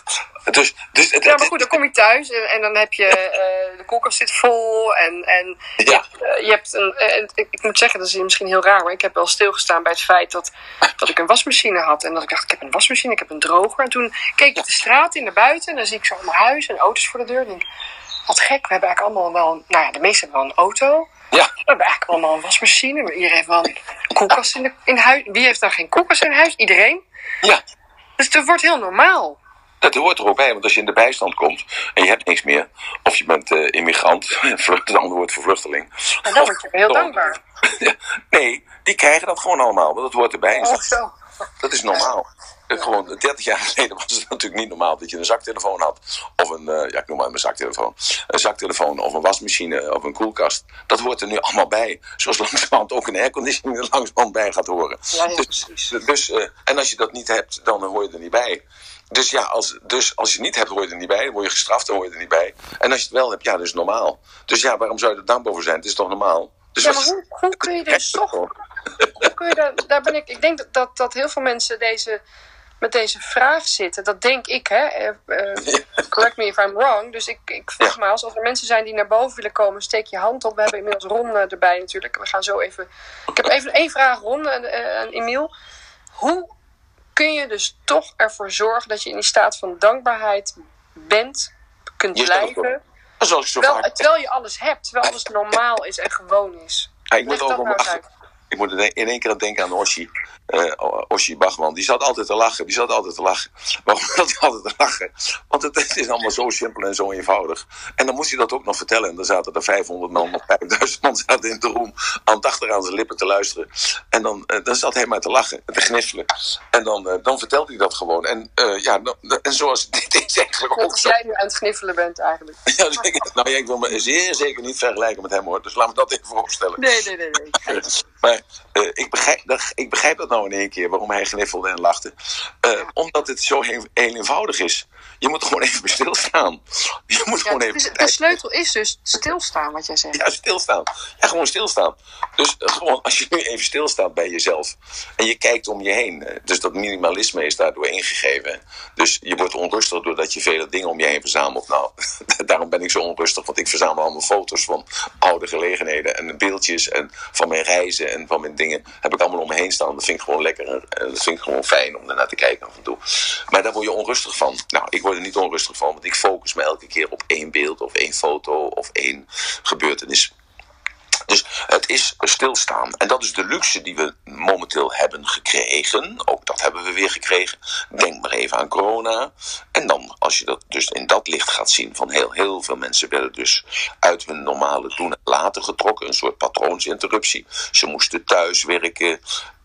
Ja, maar goed, dan kom je thuis en dan heb je de koelkast zit vol en Ja. je hebt ik moet zeggen, dat is misschien heel raar, maar ik heb wel stilgestaan bij het feit dat ik een wasmachine had. En dat ik dacht, ik heb een wasmachine, ik heb een droger. En toen keek ik de straat in naar buiten en dan zie ik zo mijn huis en auto's voor de deur. En denk ik, wat gek, we hebben eigenlijk allemaal wel, nou ja, de meesten hebben wel een auto. Ja. We hebben eigenlijk allemaal een wasmachine, maar iedereen heeft wel een koelkast in huis. Wie heeft dan geen koelkast in huis? Iedereen. Ja. Dus het wordt heel normaal. Dat hoort er ook bij, want als je in de bijstand komt en je hebt niks meer, of je bent immigrant, het andere woord voor vluchteling. En dan word je heel dankbaar. Nee, die krijgen dat gewoon allemaal, want dat hoort erbij. Oh, zo. Dat is normaal. Gewoon 30 jaar geleden was het natuurlijk niet normaal dat je een zaktelefoon had. Of ik noem maar een zaktelefoon. Een zaktelefoon of een wasmachine of een koelkast. Dat hoort er nu allemaal bij. Zoals langzamerhand ook een airconditioning er langzamerhand bij gaat horen. Ja, precies. En als je dat niet hebt, dan hoor je er niet bij. Dus ja, als je het niet hebt, hoor je er niet bij. Dan word je gestraft, dan hoor je er niet bij. En als je het wel hebt, ja, dat is normaal. Dus ja, waarom zou je er dankbaar voor zijn? Het is toch normaal? Dus ja, maar hoe kun je dus toch... Hoe kun je daar ben ik denk dat heel veel mensen met deze vraag zitten. Dat denk ik, hè. Correct me if I'm wrong. Dus ik vraag me als er mensen zijn die naar boven willen komen, steek je hand op. We hebben inmiddels Ron erbij natuurlijk. We gaan zo even... Ik heb even één vraag, Ron en Emiel. Hoe kun je dus toch ervoor zorgen dat je in die staat van dankbaarheid kunt blijven? Terwijl je alles hebt. Terwijl alles normaal is en gewoon is. Ja, ik moet in één keer aan denken aan Ossie Bachman. Die zat altijd te lachen. Waarom zat hij altijd te lachen? Want het is allemaal zo simpel en zo eenvoudig. En dan moest hij dat ook nog vertellen. En dan zaten er 500 man of 5000 man zaten in de room aandachtig aan zijn lippen te luisteren. En dan zat hij maar te lachen, te gniffelen. En dan vertelde hij dat gewoon. En en zoals dit is eigenlijk ook zo. Jij nu aan het gniffelen bent eigenlijk. Ja, nou, ik wil me zeer zeker niet vergelijken met hem, hoor. Dus laat me dat even voorstellen. Nee. Maar ik begrijp dat nou in één keer, waarom hij gniffelde en lachte. Omdat het zo heel eenvoudig is. Je moet gewoon even stilstaan. De sleutel is dus stilstaan, wat jij zegt. Ja, stilstaan. Ja, gewoon stilstaan. Dus gewoon, als je nu even stilstaat bij jezelf en je kijkt om je heen. Dus dat minimalisme is daardoor ingegeven. Dus je wordt onrustig doordat je vele dingen om je heen verzamelt. Nou, daarom ben ik zo onrustig, want ik verzamel allemaal foto's van oude gelegenheden en beeldjes en van mijn reizen en van mijn dingen. Heb ik allemaal om me heen staan. Dat vind ik gewoon lekker. En dat vind ik gewoon fijn om ernaar te kijken af en toe. Maar daar word je onrustig van. Nou, ik word er niet onrustig van, want ik focus me elke keer op één beeld of één foto of één gebeurtenis. Dus het is stilstaan. En dat is de luxe die we momenteel hebben gekregen. Ook dat hebben we weer gekregen. Denk maar even aan corona. En dan, als je dat dus in dat licht gaat zien, van heel veel mensen werden dus uit hun normale doen en laten getrokken. Een soort patroonsinterruptie. Ze moesten thuis werken.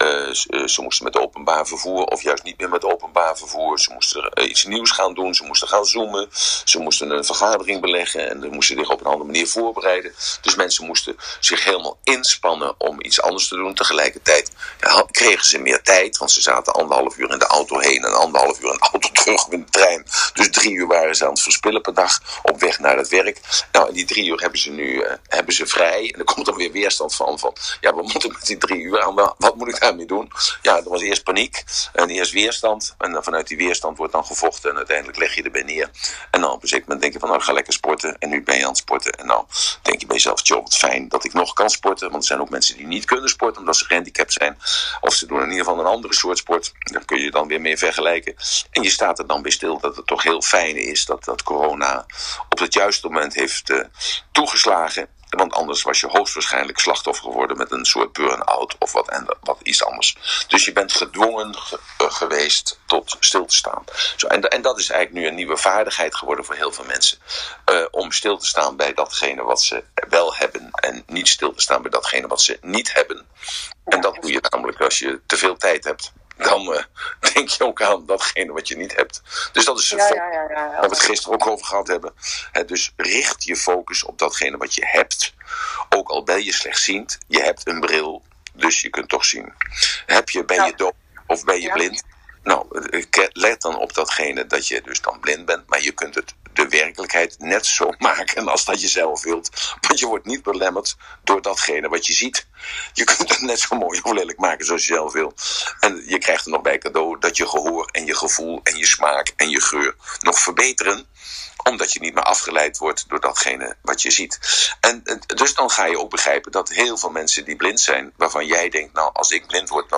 Ze moesten met openbaar vervoer of juist niet meer met openbaar vervoer. Ze moesten iets nieuws gaan doen. Ze moesten gaan zoomen. Ze moesten een vergadering beleggen en ze moesten zich op een andere manier voorbereiden. Dus mensen moesten zich helemaal inspannen om iets anders te doen. Tegelijkertijd kregen ze meer tijd, want ze zaten 1,5 uur in de auto heen en 1,5 uur in de auto terug met de trein. Dus 3 uur waren ze aan het verspillen per dag op weg naar het werk. Nou, en die 3 uur hebben ze nu vrij. En er komt dan weer weerstand van ja, wat moet ik met die 3 uur aan? Wat moet ik daarmee doen? Ja, er was eerst paniek en eerst weerstand. En vanuit die weerstand wordt dan gevochten en uiteindelijk leg je erbij neer. En dan op een zeker moment denk je van, nou, ik ga lekker sporten. En nu ben je aan het sporten. En nou denk je bij jezelf, joh, wat fijn dat ik nog kan sporten. Want er zijn ook mensen die niet kunnen sporten omdat ze gehandicapt zijn. Of ze doen in ieder geval een andere soort sport. Daar kun je dan weer mee vergelijken. En je staat er dan bij stil dat het toch heel fijn is dat corona op het juiste moment heeft toegeslagen. Want anders was je hoogstwaarschijnlijk slachtoffer geworden met een soort burn-out of wat iets anders. Dus je bent gedwongen geweest tot stil te staan. Zo, en dat is eigenlijk nu een nieuwe vaardigheid geworden voor heel veel mensen. Om stil te staan bij datgene wat ze wel hebben en niet stil te staan bij datgene wat ze niet hebben. En dat doe je namelijk als je te veel tijd hebt. Dan denk je ook aan datgene wat je niet hebt. Dus dat is waar we het gisteren ook over gehad hebben. Dus richt je focus op datgene wat je hebt. Ook al ben je slechtziend, je hebt een bril, dus je kunt toch zien. Ben je doof of ben je blind? Nou, let dan op datgene dat je dus dan blind bent, maar je kunt het de werkelijkheid net zo maken als dat je zelf wilt. Want je wordt niet belemmerd door datgene wat je ziet. Je kunt het net zo mooi of lelijk maken zoals je zelf wil. En je krijgt er nog bij cadeau dat je gehoor en je gevoel en je smaak en je geur nog verbeteren. Omdat je niet meer afgeleid wordt door datgene wat je ziet. En dus dan ga je ook begrijpen dat heel veel mensen die blind zijn, waarvan jij denkt, nou, als ik blind word,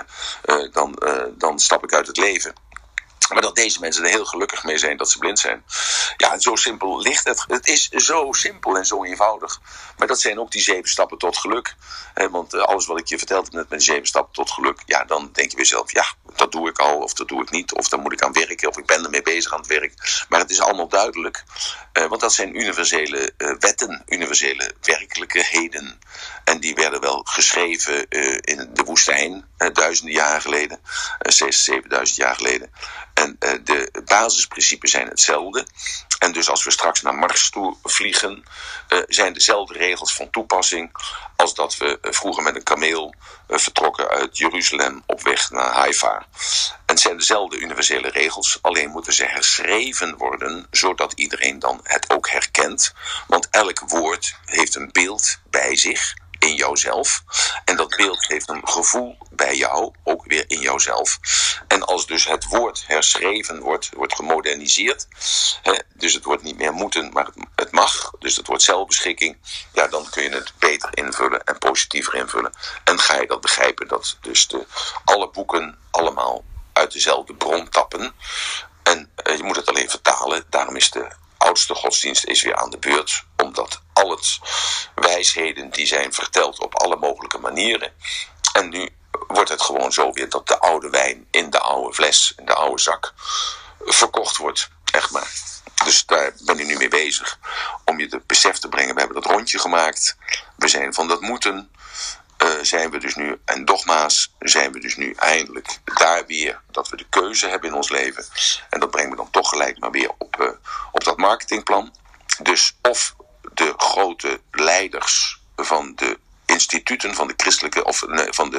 dan stap ik uit het leven. Maar dat deze mensen er heel gelukkig mee zijn dat ze blind zijn. Ja, zo simpel ligt het. Het is zo simpel en zo eenvoudig. Maar dat zijn ook die 7 stappen tot geluk. Want alles wat ik je verteld heb net met die 7 stappen tot geluk. Ja, dan denk je weer zelf, ja, dat doe ik al of dat doe ik niet. Of daar moet ik aan werken of ik ben ermee bezig aan het werk. Maar het is allemaal duidelijk. Want dat zijn universele wetten, universele werkelijkheden. En die werden wel geschreven in de woestijn, duizenden jaren geleden. 7000 jaar geleden. En de basisprincipes zijn hetzelfde. En dus als we straks naar Mars toe vliegen, zijn dezelfde regels van toepassing als dat we vroeger met een kameel vertrokken uit Jeruzalem op weg naar Haifa. En het zijn dezelfde universele regels, alleen moeten ze herschreven worden, zodat iedereen dan het ook herkent. Want elk woord heeft een beeld bij zich, in jouzelf. En dat beeld heeft een gevoel bij jou, ook weer in jouzelf. En als dus het woord herschreven wordt gemoderniseerd, dus het wordt niet meer moeten, maar het mag, dus het wordt zelfbeschikking, ja, dan kun je het beter invullen en positiever invullen. En ga je dat begrijpen, dat dus alle boeken allemaal uit dezelfde bron tappen. En je moet het alleen vertalen, daarom is de oudste godsdienst is weer aan de beurt, omdat al het wijsheden die zijn verteld op alle mogelijke manieren. En nu wordt het gewoon zo weer dat de oude wijn in de oude fles, in de oude zak, verkocht wordt. Echt maar. Dus daar ben ik nu mee bezig. Om je het besef te brengen, we hebben dat rondje gemaakt. We zijn van dat moeten. Zijn we dus nu, en dogma's, zijn we dus nu eindelijk daar weer, dat we de keuze hebben in ons leven. En dat brengt me dan toch gelijk maar weer op dat marketingplan. Dus of de grote leiders van de instituten, van de christelijke, of van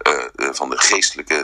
de geestelijke,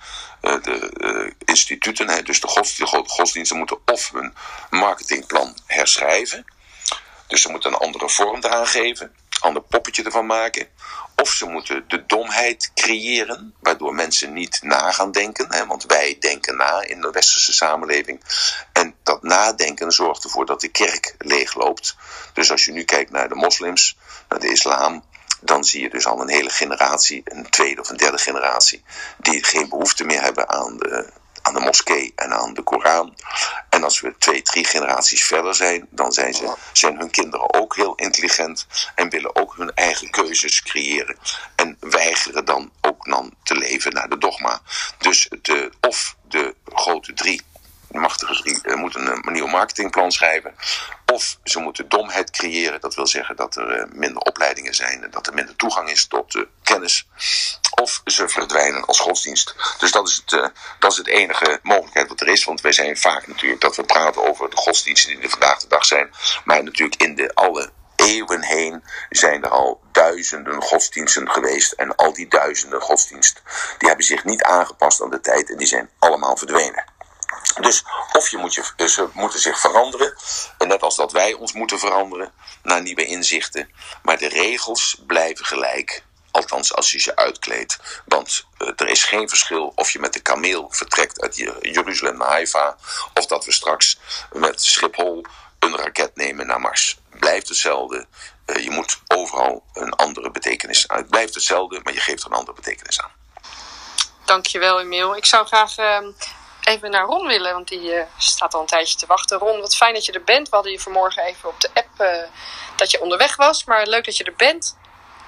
de instituten, dus de grote godsdiensten moeten of hun marketingplan herschrijven. Dus ze moeten een andere vorm eraan geven, een ander poppetje ervan maken. Of ze moeten de domheid creëren, waardoor mensen niet na gaan denken. Want wij denken na in de westerse samenleving. En dat nadenken zorgt ervoor dat de kerk leegloopt. Dus als je nu kijkt naar de moslims, naar de islam, dan zie je dus al een hele generatie, een tweede of een derde generatie, die geen behoefte meer hebben aan de moskee en aan de Koran. En als we 2, 3 generaties verder zijn, dan zijn hun kinderen ook heel intelligent en willen ook hun eigen keuzes creëren. En weigeren dan ook te leven naar de dogma. Dus of de grote 3, de machtige 3, moeten een nieuw marketingplan schrijven. Of ze moeten domheid creëren. Dat wil zeggen dat er minder opleidingen zijn en dat er minder toegang is tot kennis. Of ze verdwijnen als godsdienst. Dus dat is het enige mogelijkheid wat er is. Want wij zijn vaak natuurlijk dat we praten over de godsdiensten die er vandaag de dag zijn. Maar natuurlijk in alle eeuwen heen zijn er al duizenden godsdiensten geweest. En al die duizenden godsdiensten, die hebben zich niet aangepast aan de tijd. En die zijn allemaal verdwenen. Dus of ze moeten zich veranderen, net als dat wij ons moeten veranderen naar nieuwe inzichten. Maar de regels blijven gelijk, althans als je ze uitkleedt. Want er is geen verschil of je met de kameel vertrekt uit Jeruzalem naar Haifa, of dat we straks met Schiphol een raket nemen naar Mars. Blijft hetzelfde. Je moet overal een andere betekenis aan. Het blijft hetzelfde, maar je geeft er een andere betekenis aan. Dankjewel, Emiel. Ik zou graag even naar Ron willen, want die staat al een tijdje te wachten. Ron, wat fijn dat je er bent. We hadden je vanmorgen even op de app dat je onderweg was, maar leuk dat je er bent.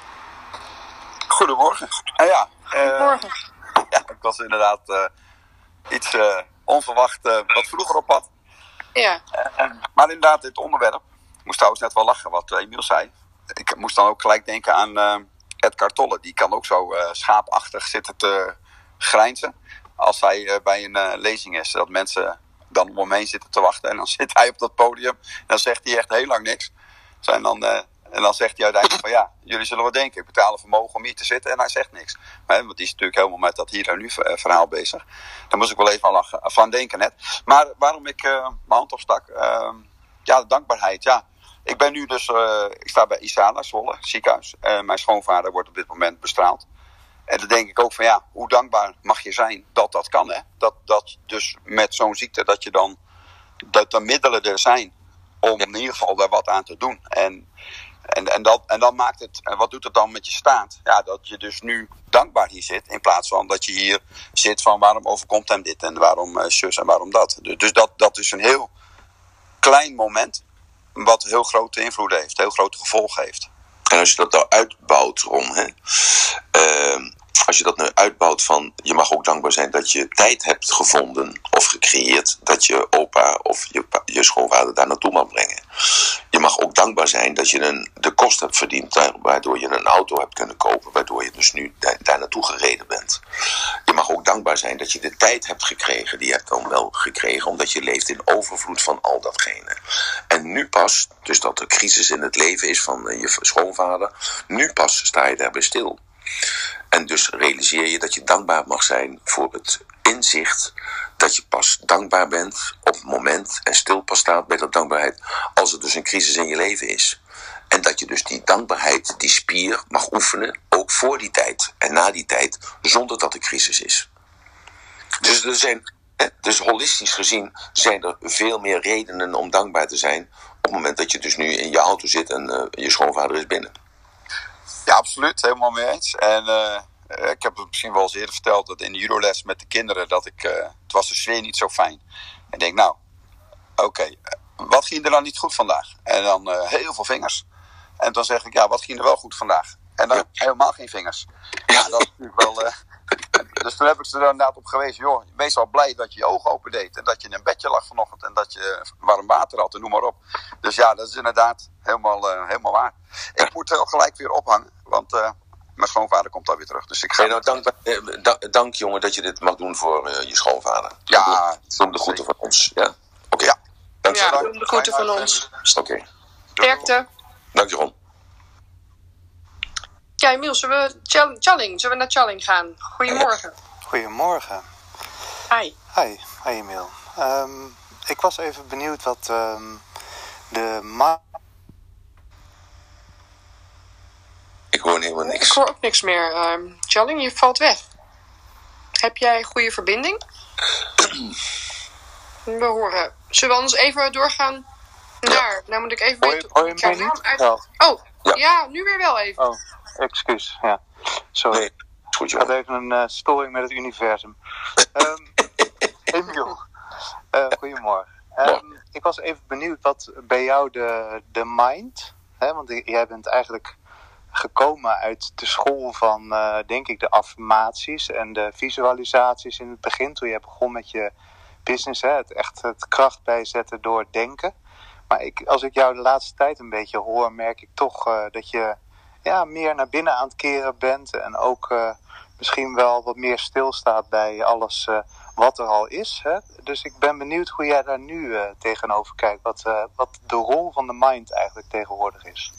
Goedemorgen. Goedemorgen. Ja, ik was inderdaad iets onverwacht wat vroeger op pad. Ja. Maar inderdaad, dit onderwerp. Ik moest trouwens net wel lachen wat Emiel zei. Ik moest dan ook gelijk denken aan Edgar Tolle. Die kan ook zo schaapachtig zitten te grijnzen. Als hij bij een lezing is, dat mensen dan om hem heen zitten te wachten. En dan zit hij op dat podium. En dan zegt hij echt heel lang niks. En dan zegt hij uiteindelijk van ja, jullie zullen wel denken, ik betaal een vermogen om hier te zitten. En hij zegt niks. Want die is natuurlijk helemaal met dat hier en nu verhaal bezig. Daar moest ik wel even van denken net. Maar waarom ik mijn hand opstak, de dankbaarheid. Ja, ik ben nu dus, ik sta bij Isala, Zwolle, ziekenhuis. Mijn schoonvader wordt op dit moment bestraald. En dan denk ik ook van ja, hoe dankbaar mag je zijn dat dat kan, hè? Dat dus met zo'n ziekte dat er middelen er zijn om in ieder geval daar wat aan te doen. En dan maakt het, en wat doet het dan met je staat? Ja, dat je dus nu dankbaar hier zit, in plaats van dat je hier zit van waarom overkomt hem dit en waarom zus en waarom dat. Dus dat is een heel klein moment, wat heel grote invloed heeft, heel grote gevolgen heeft. En als je dat nou uitbouwt, Ron, hè? Als je dat nu uitbouwt van, je mag ook dankbaar zijn dat je tijd hebt gevonden of gecreëerd dat je opa of je schoonvader daar naartoe mag brengen. Je mag ook dankbaar zijn dat je de kost hebt verdiend, waardoor je een auto hebt kunnen kopen, waardoor je dus nu daar naartoe gereden bent. Je mag ook dankbaar zijn dat je de tijd hebt gekregen, die je hebt dan wel gekregen, omdat je leeft in overvloed van al datgene. En nu pas, dus dat er crisis in het leven is van je schoonvader, nu pas sta je daarbij stil. En dus realiseer je dat je dankbaar mag zijn voor het inzicht dat je pas dankbaar bent op het moment en stil pas staat bij dat dankbaarheid als er dus een crisis in je leven is. En dat je dus die dankbaarheid, die spier mag oefenen, ook voor die tijd en na die tijd, zonder dat er crisis is. Dus holistisch gezien zijn er veel meer redenen om dankbaar te zijn op het moment dat je dus nu in je auto zit en je schoonvader is binnen. Ja, absoluut. Helemaal mee eens. En ik heb het misschien wel eens eerder verteld dat in de judoles met de kinderen het was de sfeer niet zo fijn. En ik denk, nou, oké, wat ging er dan niet goed vandaag? En dan heel veel vingers. En dan zeg ik, ja, wat ging er wel goed vandaag? En dan helemaal geen vingers. Ja, dat is natuurlijk wel... Dus toen heb ik ze er inderdaad op gewezen, joh, wees al blij dat je je ogen open deed. En dat je in een bedje lag vanochtend en dat je warm water had en noem maar op. Dus ja, dat is inderdaad helemaal waar. Ik moet heel gelijk weer ophangen, want mijn schoonvader komt alweer terug. Dus ik ga... Dank jongen dat je dit mag doen voor je schoonvader. Ja. Doe de groeten van ons. Ja? Oké. Ja. Dank je. Ja, doe de groeten van ons. Oké. Sterkte. Dank je, Ron. Ja, Emiel, zullen we naar Challing gaan? Goedemorgen. Goedemorgen. Hi. Hi Emiel. Ik was even benieuwd wat de Ik hoor helemaal niks. Ik hoor ook niks meer. Challing, je valt weg. Heb jij goede verbinding? We horen. Zullen we anders even doorgaan naar... Nou moet ik even weten... Hoor je mij niet? Uit... Oh, ja, nu weer wel even. Oh, excuus. Ja. Sorry. Nee, is goed, ik had even een storing met het universum. Emiel, goedemorgen. Ik was even benieuwd wat bij jou de mind... Hè, want jij bent eigenlijk gekomen uit de school van, denk ik, de affirmaties en de visualisaties in het begin. Toen je begon met je business, hè, het kracht bijzetten door denken. Maar als ik jou de laatste tijd een beetje hoor, merk ik toch dat je meer naar binnen aan het keren bent. En ook misschien wel wat meer stilstaat bij alles wat er al is. Hè? Dus ik ben benieuwd hoe jij daar nu tegenover kijkt. Wat de rol van de mind eigenlijk tegenwoordig is.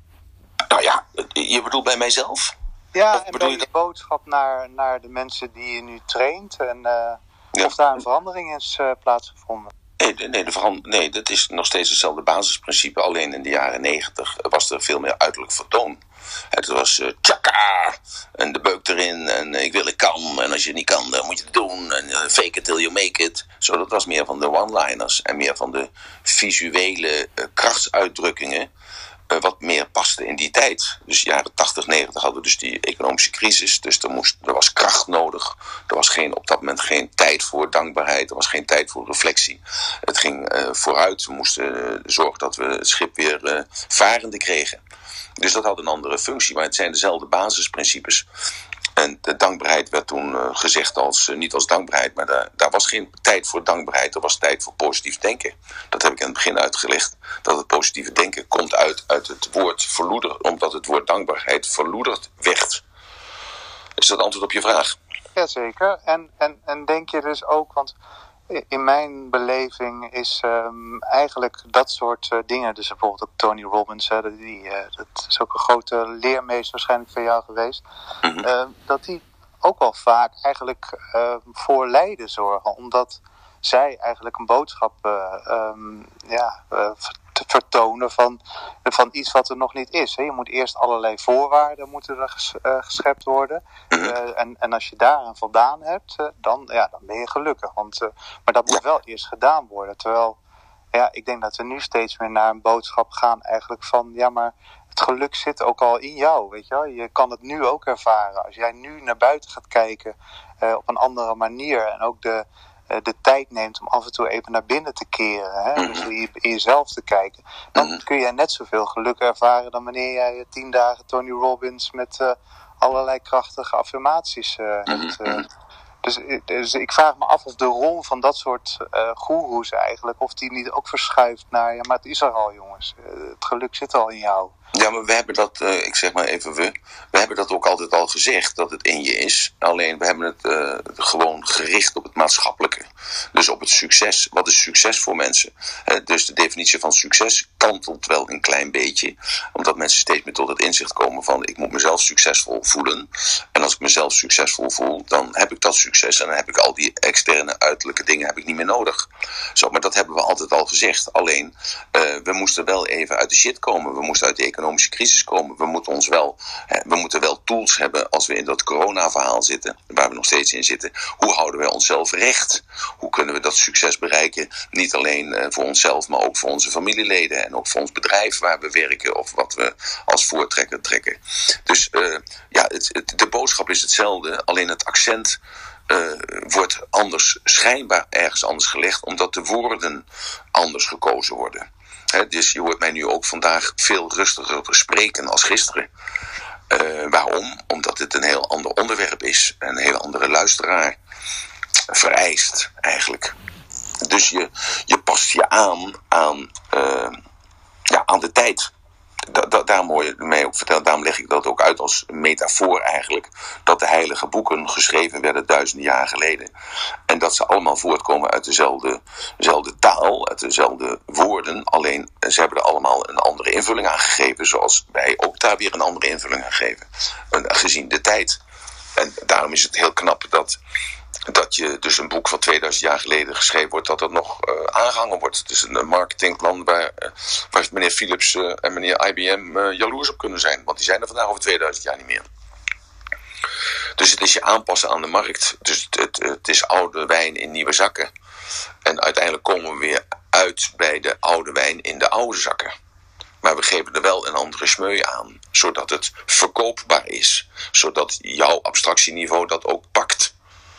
Nou ja, je bedoelt bij mijzelf? Ja, en bij je boodschap naar de mensen die je nu traint. En of daar een verandering is plaatsgevonden. Nee, dat is nog steeds hetzelfde basisprincipe. Alleen in de jaren 90 was er veel meer uiterlijk vertoon. Het was tjaka en de beuk erin en ik kan. En als je niet kan, dan moet je het doen. En fake it till you make it. Zo, dat was meer van de one-liners en meer van de visuele krachtsuitdrukkingen. Wat meer paste in die tijd. Dus jaren 80, 90 hadden we dus die economische crisis. Dus er was kracht nodig. Er was op dat moment geen tijd voor dankbaarheid. Er was geen tijd voor reflectie. Het ging vooruit. We moesten zorgen dat we het schip weer varende kregen. Dus dat had een andere functie. Maar het zijn dezelfde basisprincipes. En de dankbaarheid werd toen gezegd niet als dankbaarheid, maar daar was geen tijd voor dankbaarheid, er was tijd voor positief denken. Dat heb ik in het begin uitgelegd, dat het positieve denken komt uit het woord verloeder, omdat het woord dankbaarheid verloederd werd. Is dat antwoord op je vraag? Jazeker. En denk je dus ook, want in mijn beleving is eigenlijk dat soort dingen, dus bijvoorbeeld ook Tony Robbins, dat is ook een grote leermeester waarschijnlijk van jou geweest, dat die ook wel vaak eigenlijk voor lijden zorgen, omdat zij eigenlijk een boodschap te vertonen van iets wat er nog niet is. Hè. Je moet eerst allerlei voorwaarden moeten er geschept worden. En als je daaraan voldaan hebt, dan ben je gelukkig. Maar dat moet wel eerst gedaan worden. Terwijl, ik denk dat we nu steeds meer naar een boodschap gaan eigenlijk van, maar het geluk zit ook al in jou, weet je wel. Je kan het nu ook ervaren. Als jij nu naar buiten gaat kijken op een andere manier en ook de tijd neemt om af en toe even naar binnen te keren. Hè? Dus in jezelf te kijken. Dan kun jij net zoveel geluk ervaren dan wanneer jij 10 dagen Tony Robbins met allerlei krachtige affirmaties hebt. Dus ik vraag me af of de rol van dat soort goeroes eigenlijk, of die niet ook verschuift naar, maar het is er al, jongens. Het geluk zit al in jou. Ja, maar we hebben dat, ik zeg maar even we hebben dat ook altijd al gezegd, dat het in je is. Alleen we hebben het gewoon gericht op het maatschappelijke. Dus op het succes. Wat is succes voor mensen? Dus de definitie van succes kantelt wel een klein beetje. Omdat mensen steeds meer tot het inzicht komen van, ik moet mezelf succesvol voelen. En als ik mezelf succesvol voel, dan heb ik dat succes. En dan heb ik al die externe uiterlijke dingen heb ik niet meer nodig. Zo, maar dat hebben we altijd al gezegd. Alleen, we moesten wel even uit de shit komen. We moesten uit de economische crisis komen. We moeten wel tools hebben als we in dat corona-verhaal zitten, waar we nog steeds in zitten. Hoe houden wij onszelf recht? Hoe kunnen we dat succes bereiken? Niet alleen voor onszelf, maar ook voor onze familieleden en ook voor ons bedrijf waar we werken of wat we als voortrekker trekken. Dus de boodschap is hetzelfde, alleen het accent wordt anders, schijnbaar ergens anders gelegd, omdat de woorden anders gekozen worden. Dus je hoort mij nu ook vandaag veel rustiger spreken als gisteren. Waarom? Omdat het een heel ander onderwerp is. Een heel andere luisteraar vereist eigenlijk. Dus je past je aan de tijd. Daarom hoor je mij ook vertellen, daarom leg ik dat ook uit als metafoor eigenlijk, dat de heilige boeken geschreven werden duizenden jaren geleden. En dat ze allemaal voortkomen uit dezelfde taal, uit dezelfde woorden, alleen ze hebben er allemaal een andere invulling aan gegeven, zoals wij ook daar weer een andere invulling aan geven, gezien de tijd. En daarom is het heel knap dat je dus een boek van 2000 jaar geleden geschreven wordt, dat dat nog aangehangen wordt. Het is een marketingplan waar meneer Philips en meneer IBM jaloers op kunnen zijn. Want die zijn er vandaag over 2000 jaar niet meer. Dus het is je aanpassen aan de markt. Dus het is oude wijn in nieuwe zakken. En uiteindelijk komen we weer uit bij de oude wijn in de oude zakken. Maar we geven er wel een andere smeu aan, zodat het verkoopbaar is. Zodat jouw abstractieniveau dat ook pakt.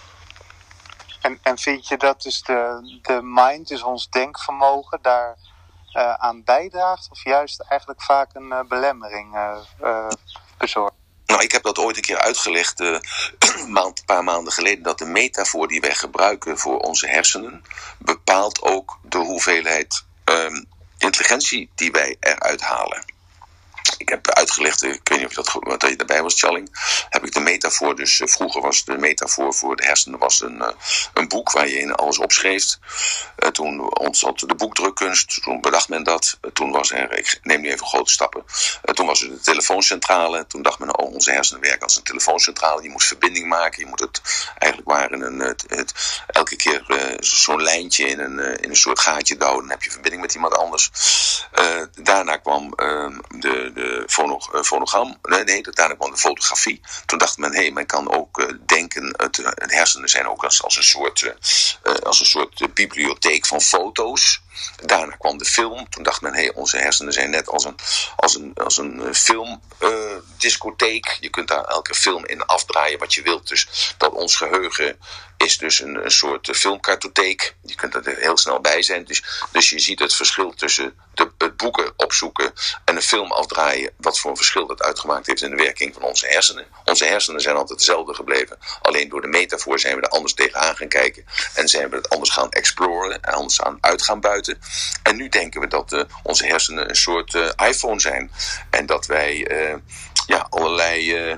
En vind je dat dus de mind, dus ons denkvermogen, daar aan bijdraagt? Of juist eigenlijk vaak een belemmering bezorgt? Nou, ik heb dat ooit een keer uitgelegd, een paar maanden geleden, dat de metafoor die wij gebruiken voor onze hersenen bepaalt ook de hoeveelheid intelligentie die wij eruit halen. Ik heb uitgelegd, ik weet niet of dat je daarbij was, Challing, heb ik de metafoor, dus vroeger was de metafoor voor de hersenen was een boek waar je in alles opschreef. Toen ontstond de boekdrukkunst, toen bedacht men dat. Toen was er, ik neem nu even grote stappen, toen was er de telefooncentrale. Toen dacht men, onze hersenen werken als een telefooncentrale. Je moet verbinding maken, je moet het, eigenlijk waren elke keer zo'n lijntje in een soort gaatje douwen, dan heb je verbinding met iemand anders. Daarna kwam de fonogram, daarna kwam de fotografie. Toen dacht men, men kan ook denken, de hersenen zijn ook als een soort bibliotheek van foto's. Daarna kwam de film. Toen dacht men, onze hersenen zijn net als een filmdiscotheek. Je kunt daar elke film in afdraaien wat je wilt. Dus dat ons geheugen is dus een soort filmkartotheek. Je kunt er heel snel bij zijn. Dus je ziet het verschil tussen het boeken opzoeken en een film afdraaien. Wat voor een verschil dat uitgemaakt heeft in de werking van onze hersenen. Onze hersenen zijn altijd hetzelfde gebleven. Alleen door de metafoor zijn we er anders tegenaan gaan kijken. En zijn we het anders gaan exploren en anders uit gaan buiten. En nu denken we dat onze hersenen een soort iPhone zijn. En dat wij allerlei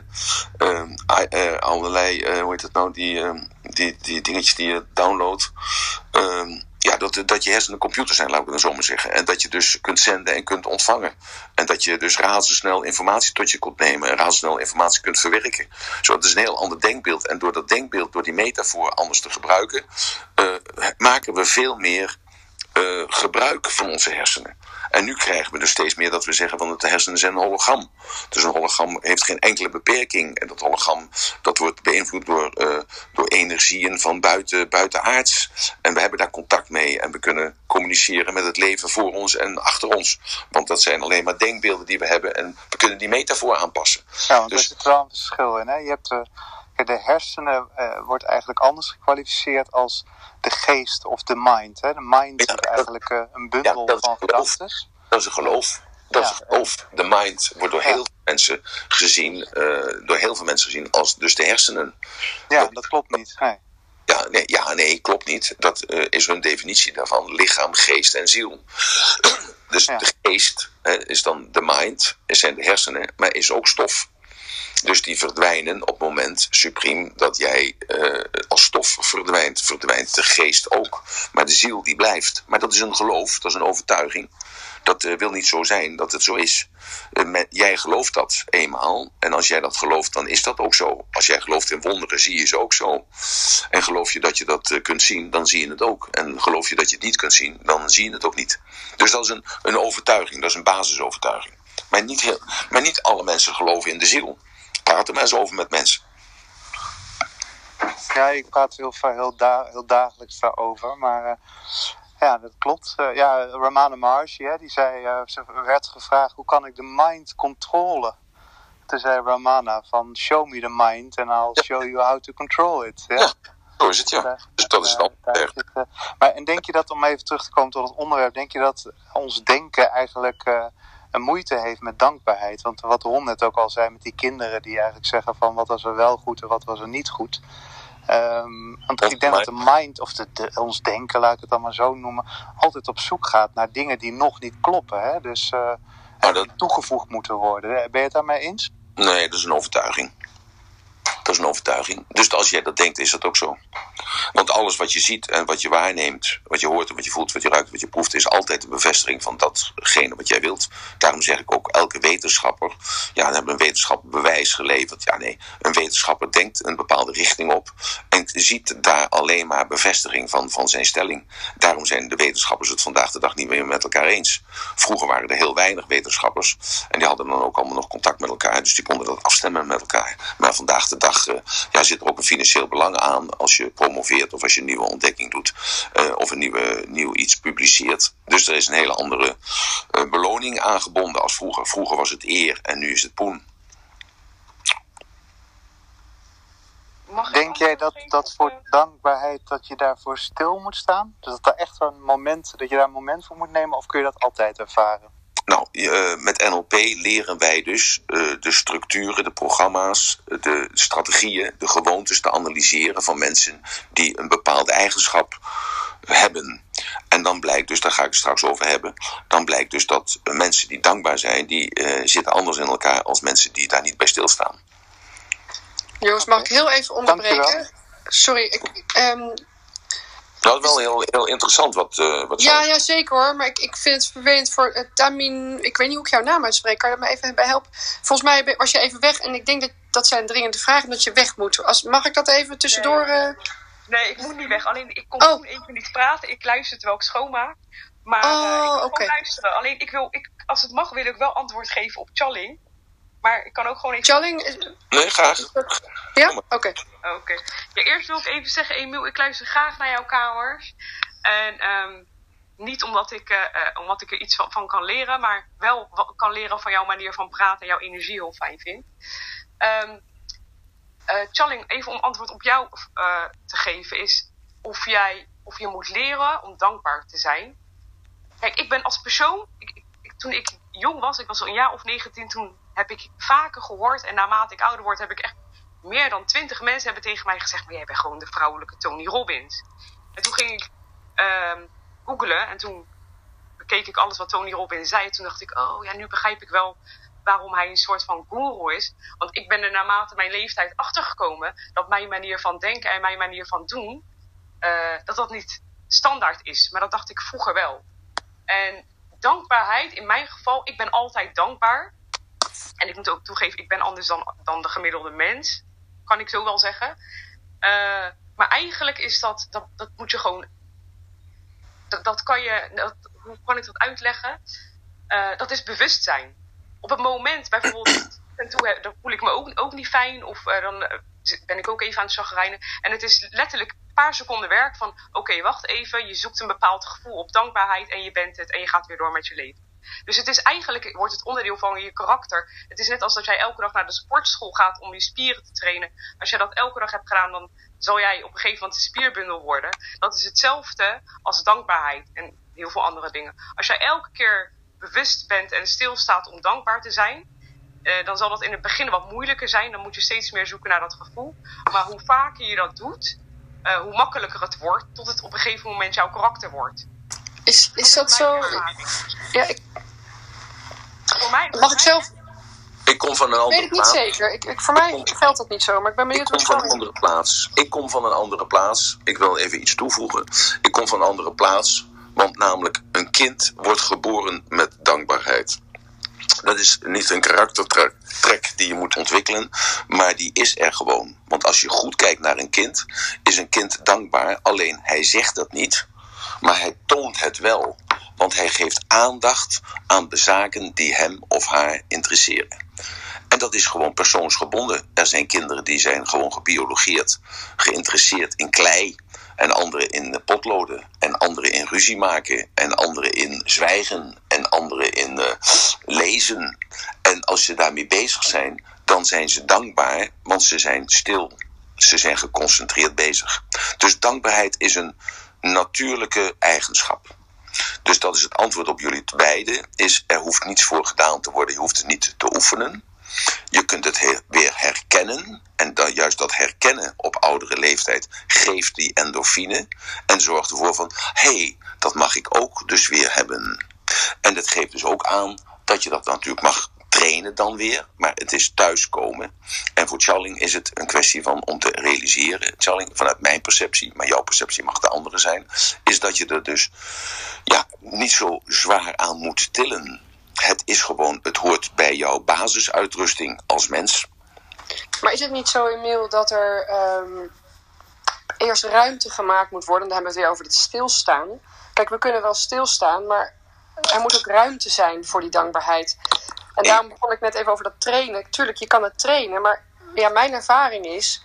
hoe heet het nou, die dingetjes die je downloadt. Dat je hersenen computer zijn, laat ik het dan zo maar zeggen. En dat je dus kunt zenden en kunt ontvangen. En dat je dus razendsnel informatie tot je kunt nemen en razendsnel informatie kunt verwerken. Zo, dat is een heel ander denkbeeld. En door dat denkbeeld, door die metafoor anders te gebruiken, maken we veel meer gebruik van onze hersenen. En nu krijgen we dus steeds meer dat we zeggen van de hersenen zijn een hologram. Dus een hologram heeft geen enkele beperking. En dat hologram dat wordt beïnvloed door energieën van buitenaards. En we hebben daar contact mee. En we kunnen communiceren met het leven voor ons en achter ons. Want dat zijn alleen maar denkbeelden die we hebben. En we kunnen die metafoor aanpassen. Ja, want er zit wel een verschil in. Hè? Je hebt de hersenen wordt eigenlijk anders gekwalificeerd als de geest of de mind. Hè? De mind is eigenlijk een bundel van gedachten. Dat is een geloof. Dat is een geloof. De mind wordt door heel veel mensen gezien, als dus de hersenen. Ja, dat klopt niet. Nee. Nee, klopt niet. Dat is hun definitie daarvan. Lichaam, geest en ziel. Dus de geest is dan de mind, zijn de hersenen, maar is ook stof. Dus die verdwijnen op het moment supriem dat jij als stof verdwijnt de geest ook. Maar de ziel die blijft. Maar dat is een geloof, dat is een overtuiging. Dat wil niet zo zijn dat het zo is. Jij gelooft dat eenmaal. En als jij dat gelooft, dan is dat ook zo. Als jij gelooft in wonderen, zie je ze ook zo. En geloof je dat je dat kunt zien, dan zie je het ook. En geloof je dat je het niet kunt zien, dan zie je het ook niet. Dus dat is een overtuiging, dat is een basisovertuiging. Maar niet alle mensen geloven in de ziel. Praat er maar eens over met mensen. Ja, ik praat heel dagelijks daarover, maar ja, dat klopt. Ramana Maharshi, die zei, ze werd gevraagd, hoe kan ik de mind controleren? Toen zei Ramana van, show me the mind and I'll show you how to control it. Ja, zo is het, ja. Dus dat is het altijd. En denk je dat, om even terug te komen tot het onderwerp, denk je dat ons denken eigenlijk een moeite heeft met dankbaarheid? Want wat Ron net ook al zei met die kinderen die eigenlijk zeggen van, wat was er wel goed en wat was er niet goed? Want ik denk dat de mind, of ons denken, laat ik het dan maar zo noemen, altijd op zoek gaat naar dingen die nog niet kloppen. Hè? Dus die toegevoegd moeten worden. Ben je het daarmee eens? Nee, dat is een overtuiging. Dat is een overtuiging. Dus als jij dat denkt, is dat ook zo. Want alles wat je ziet en wat je waarneemt, wat je hoort en wat je voelt, wat je ruikt, wat je proeft, is altijd de bevestiging van datgene wat jij wilt. Daarom zeg ik ook, elke wetenschapper, dan hebben een wetenschapper bewijs geleverd. Ja, nee, een wetenschapper denkt een bepaalde richting op en ziet daar alleen maar bevestiging van zijn stelling. Daarom zijn de wetenschappers het vandaag de dag niet meer met elkaar eens. Vroeger waren er heel weinig wetenschappers en die hadden dan ook allemaal nog contact met elkaar, dus die konden dat afstemmen met elkaar. Maar vandaag de dag zit er ook een financieel belang aan als je promoveert of als je een nieuwe ontdekking doet of een nieuw iets publiceert. Dus er is een hele andere beloning aangebonden als vroeger. Vroeger was het eer en nu is het poen. Denk jij dat voor dankbaarheid dat je daarvoor stil moet staan? Dus dat je daar een moment voor moet nemen, of kun je dat altijd ervaren? Nou, met NLP leren wij dus de structuren, de programma's, de strategieën, de gewoontes te analyseren van mensen die een bepaalde eigenschap hebben. En dan blijkt dus, daar ga ik het straks over hebben, dan blijkt dus dat mensen die dankbaar zijn, die zitten anders in elkaar als mensen die daar niet bij stilstaan. Joost, mag ik heel even onderbreken? Dankjewel. Sorry, Dat is wel heel interessant wat ja, zeker hoor. Maar ik vind het vervelend voor Tamin. Ik weet niet hoe ik jouw naam uitspreek. Kan je me even bij helpen? Volgens mij was je even weg. En ik denk dat zijn dringende vragen dat je weg moet. Mag ik dat even tussendoor? Nee, ik moet niet weg. Alleen ik kon toen even niet praten. Ik luister terwijl ik schoonmaak. Maar ik kan luisteren. Alleen als het mag wil ik wel antwoord geven op Challing. Maar ik kan ook gewoon even... Challing? Nee, graag. Ja? Oké. Ja, eerst wil ik even zeggen, Emiel, ik luister graag naar jouw kamers. En niet omdat ik er iets van kan leren, maar wel kan leren van jouw manier van praten en jouw energie heel fijn vind. Challing, even om antwoord op jou te geven, is of je moet leren om dankbaar te zijn. Kijk, ik ben als persoon, toen ik jong was, ik was al een jaar of 19, toen heb ik vaker gehoord, en naarmate ik ouder word, heb ik echt meer dan 20 mensen hebben tegen mij gezegd, maar jij bent gewoon de vrouwelijke Tony Robbins. En toen ging ik googlen en toen bekeek ik alles wat Tony Robbins zei. En toen dacht ik, nu begrijp ik wel waarom hij een soort van guru is. Want ik ben er naarmate mijn leeftijd achtergekomen dat mijn manier van denken en mijn manier van doen, dat niet standaard is. Maar dat dacht ik vroeger wel. En dankbaarheid, in mijn geval, ik ben altijd dankbaar. En ik moet ook toegeven, ik ben anders dan de gemiddelde mens. Kan ik zo wel zeggen. Maar eigenlijk is dat moet je gewoon... hoe kan ik dat uitleggen? dat is bewustzijn. Op het moment bijvoorbeeld, dan voel ik me ook niet fijn. Of dan ben ik ook even aan het chagrijnen. En het is letterlijk een paar seconden werk van... Oké, wacht even, je zoekt een bepaald gevoel op dankbaarheid... en je bent het en je gaat weer door met je leven. Dus het is eigenlijk, wordt het onderdeel van je karakter. Het is net als dat jij elke dag naar de sportschool gaat om je spieren te trainen. Als jij dat elke dag hebt gedaan, dan zal jij op een gegeven moment een spierbundel worden. Dat is hetzelfde als dankbaarheid en heel veel andere dingen. Als jij elke keer bewust bent en stilstaat om dankbaar te zijn... dan zal dat in het begin wat moeilijker zijn. Dan moet je steeds meer zoeken naar dat gevoel. Maar hoe vaker je dat doet, hoe makkelijker het wordt... tot het op een gegeven moment jouw karakter wordt. Is dat zo? Ja, mag ik zelf... Ik kom van een andere plaats. Weet ik niet zeker. Voor mij geldt dat niet zo, maar ik ben benieuwd hoe het is. Ik kom van een andere plaats. Ik wil even iets toevoegen. Ik kom van een andere plaats, want namelijk een kind wordt geboren met dankbaarheid. Dat is niet een karaktertrek die je moet ontwikkelen, maar die is er gewoon. Want als je goed kijkt naar een kind, is een kind dankbaar, alleen hij zegt dat niet, maar hij toont het wel. Want hij geeft aandacht aan de zaken die hem of haar interesseren. En dat is gewoon persoonsgebonden. Er zijn kinderen die zijn gewoon gebiologeerd, geïnteresseerd in klei. En anderen in potloden. En anderen in ruzie maken. En anderen in zwijgen. En anderen in lezen. En als ze daarmee bezig zijn, dan zijn ze dankbaar. Want ze zijn stil. Ze zijn geconcentreerd bezig. Dus dankbaarheid is een natuurlijke eigenschap. Dus dat is het antwoord op jullie beiden. Er hoeft niets voor gedaan te worden. Je hoeft het niet te oefenen. Je kunt het weer herkennen. En dan juist dat herkennen op oudere leeftijd geeft die endorfine. En zorgt ervoor van, dat mag ik ook dus weer hebben. En dat geeft dus ook aan dat je dat natuurlijk mag trainen dan weer. Maar het is thuiskomen. En voor Tjalling is het een kwestie van om te realiseren. Tjalling, vanuit mijn perceptie, maar jouw perceptie mag de andere zijn. Is dat je er dus niet zo zwaar aan moet tillen. Het is gewoon, het hoort bij jouw basisuitrusting als mens. Maar is het niet zo, Emiel, dat er eerst ruimte gemaakt moet worden? Dan hebben we het weer over het stilstaan. Kijk, we kunnen wel stilstaan, maar er moet ook ruimte zijn voor die dankbaarheid. En daarom begon ik net even over dat trainen. Tuurlijk, je kan het trainen, maar mijn ervaring is...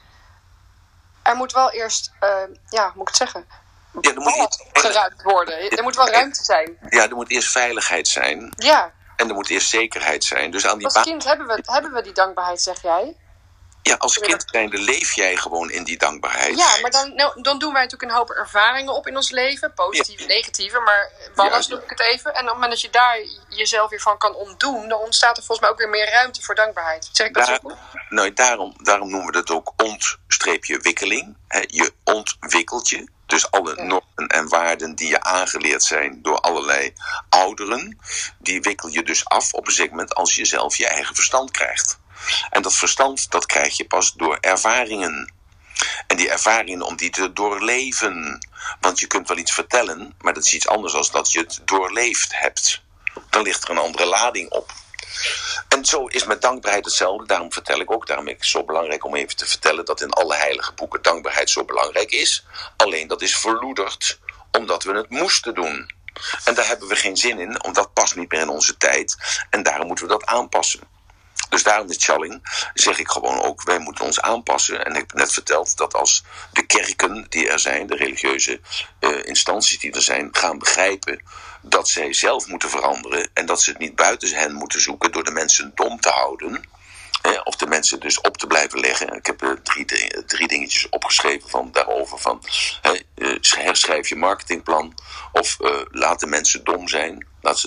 er moet wel eerst, hoe moet ik het zeggen... Ja, er moet eerst geruimd worden. Er moet wel ruimte zijn. Ja, er moet eerst veiligheid zijn. Ja. En er moet eerst zekerheid zijn. Dus aan die als kind hebben we die dankbaarheid, zeg jij? Ja, als kind zijnde leef jij gewoon in die dankbaarheid. Ja, maar dan doen wij natuurlijk een hoop ervaringen op in ons leven. Positieve, negatieve, maar balans noem ik het even. En op het moment dat je daar jezelf weer van kan ontdoen... dan ontstaat er volgens mij ook weer meer ruimte voor dankbaarheid. Zeg ik dat zo goed? Nou, daarom noemen we het ook wikkeling. Je ontwikkelt je. Dus alle normen en waarden die je aangeleerd zijn door allerlei ouderen... die wikkel je dus af op een zeker moment als je zelf je eigen verstand krijgt. En dat verstand, dat krijg je pas door ervaringen. En die ervaringen om die te doorleven. Want je kunt wel iets vertellen, maar dat is iets anders dan dat je het doorleefd hebt. Dan ligt er een andere lading op. En zo is met dankbaarheid hetzelfde. Daarom vertel ik ook, daarom is het zo belangrijk om even te vertellen... dat in alle heilige boeken dankbaarheid zo belangrijk is. Alleen dat is verloederd, omdat we het moesten doen. En daar hebben we geen zin in, omdat dat past niet meer in onze tijd. En daarom moeten we dat aanpassen. Dus daarom is Tjalling, zeg ik gewoon ook, wij moeten ons aanpassen. En ik heb net verteld dat als de kerken die er zijn, de religieuze instanties die er zijn, gaan begrijpen dat zij zelf moeten veranderen en dat ze het niet buiten hen moeten zoeken door de mensen dom te houden. Of de mensen dus op te blijven leggen. Ik heb drie dingetjes opgeschreven daarover. Herschrijf je marketingplan. Of laat de mensen dom zijn.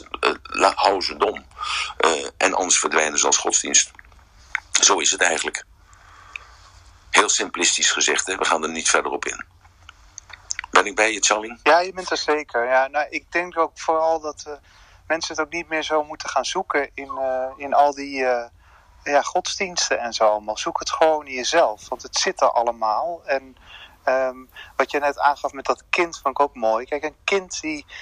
Hou ze dom. En anders verdwijnen ze als godsdienst. Zo is het eigenlijk. Heel simplistisch gezegd. We gaan er niet verder op in. Ben ik bij je, Tjalling? Ja, je bent er zeker. Ja, nou, ik denk ook vooral dat mensen het ook niet meer zo moeten gaan zoeken in al die... godsdiensten en zo allemaal. Zoek het gewoon in jezelf, want het zit er allemaal. En wat je net aangaf met dat kind vond ik ook mooi. Kijk, een kind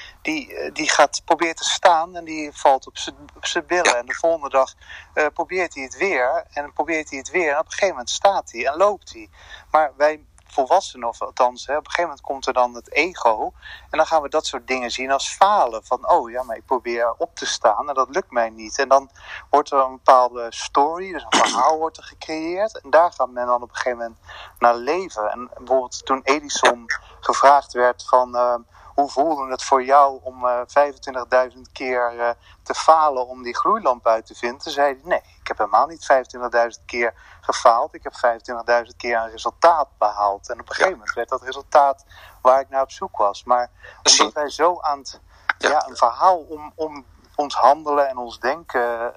die gaat proberen te staan en die valt op zijn billen. Ja. En de volgende dag probeert hij het weer en probeert hij het weer. En op een gegeven moment staat hij en loopt hij. Maar wij volwassenen, of althans, op een gegeven moment komt er dan het ego. En dan gaan we dat soort dingen zien als falen. Van, maar ik probeer op te staan en dat lukt mij niet. En dan wordt er een bepaalde story, dus een verhaal wordt er gecreëerd. En daar gaat men dan op een gegeven moment naar leven. En bijvoorbeeld toen Edison gevraagd werd van... hoe voelde het voor jou om 25.000 keer te falen om die gloeilamp uit te vinden? Toen zei hij, nee, ik heb helemaal niet 25.000 keer gefaald. Ik heb 25.000 keer een resultaat behaald. En op een gegeven moment werd dat resultaat waar ik naar op zoek was. Maar omdat wij zo aan het, een verhaal om ons handelen en ons denken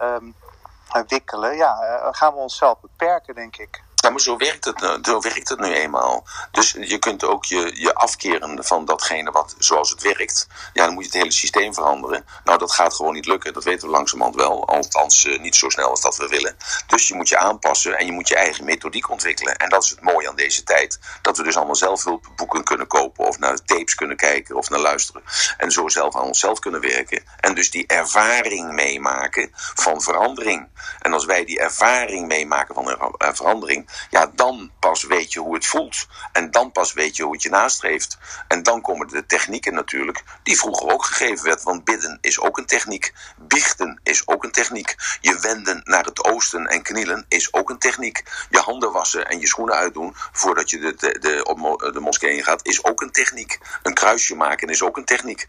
wikkelen, gaan we onszelf beperken, denk ik. Ja, maar zo werkt het nu eenmaal. Dus je kunt ook je afkeren van datgene wat zoals het werkt. Ja, dan moet je het hele systeem veranderen. Nou, dat gaat gewoon niet lukken. Dat weten we langzamerhand wel. Althans, niet zo snel als dat we willen. Dus je moet je aanpassen en je moet je eigen methodiek ontwikkelen. En dat is het mooie aan deze tijd. Dat we dus allemaal zelf hulpboeken kunnen kopen. Of naar tapes kunnen kijken of naar luisteren. En zo zelf aan onszelf kunnen werken. En dus die ervaring meemaken van verandering. En als wij die ervaring meemaken van een verandering... ja, dan pas weet je hoe het voelt. En dan pas weet je hoe het je nastreeft. En dan komen de technieken natuurlijk, die vroeger ook gegeven werd. Want bidden is ook een techniek. Biechten is ook een techniek. Je wenden naar het oosten en knielen is ook een techniek. Je handen wassen en je schoenen uitdoen voordat je de moskee in gaat, is ook een techniek. Een kruisje maken is ook een techniek.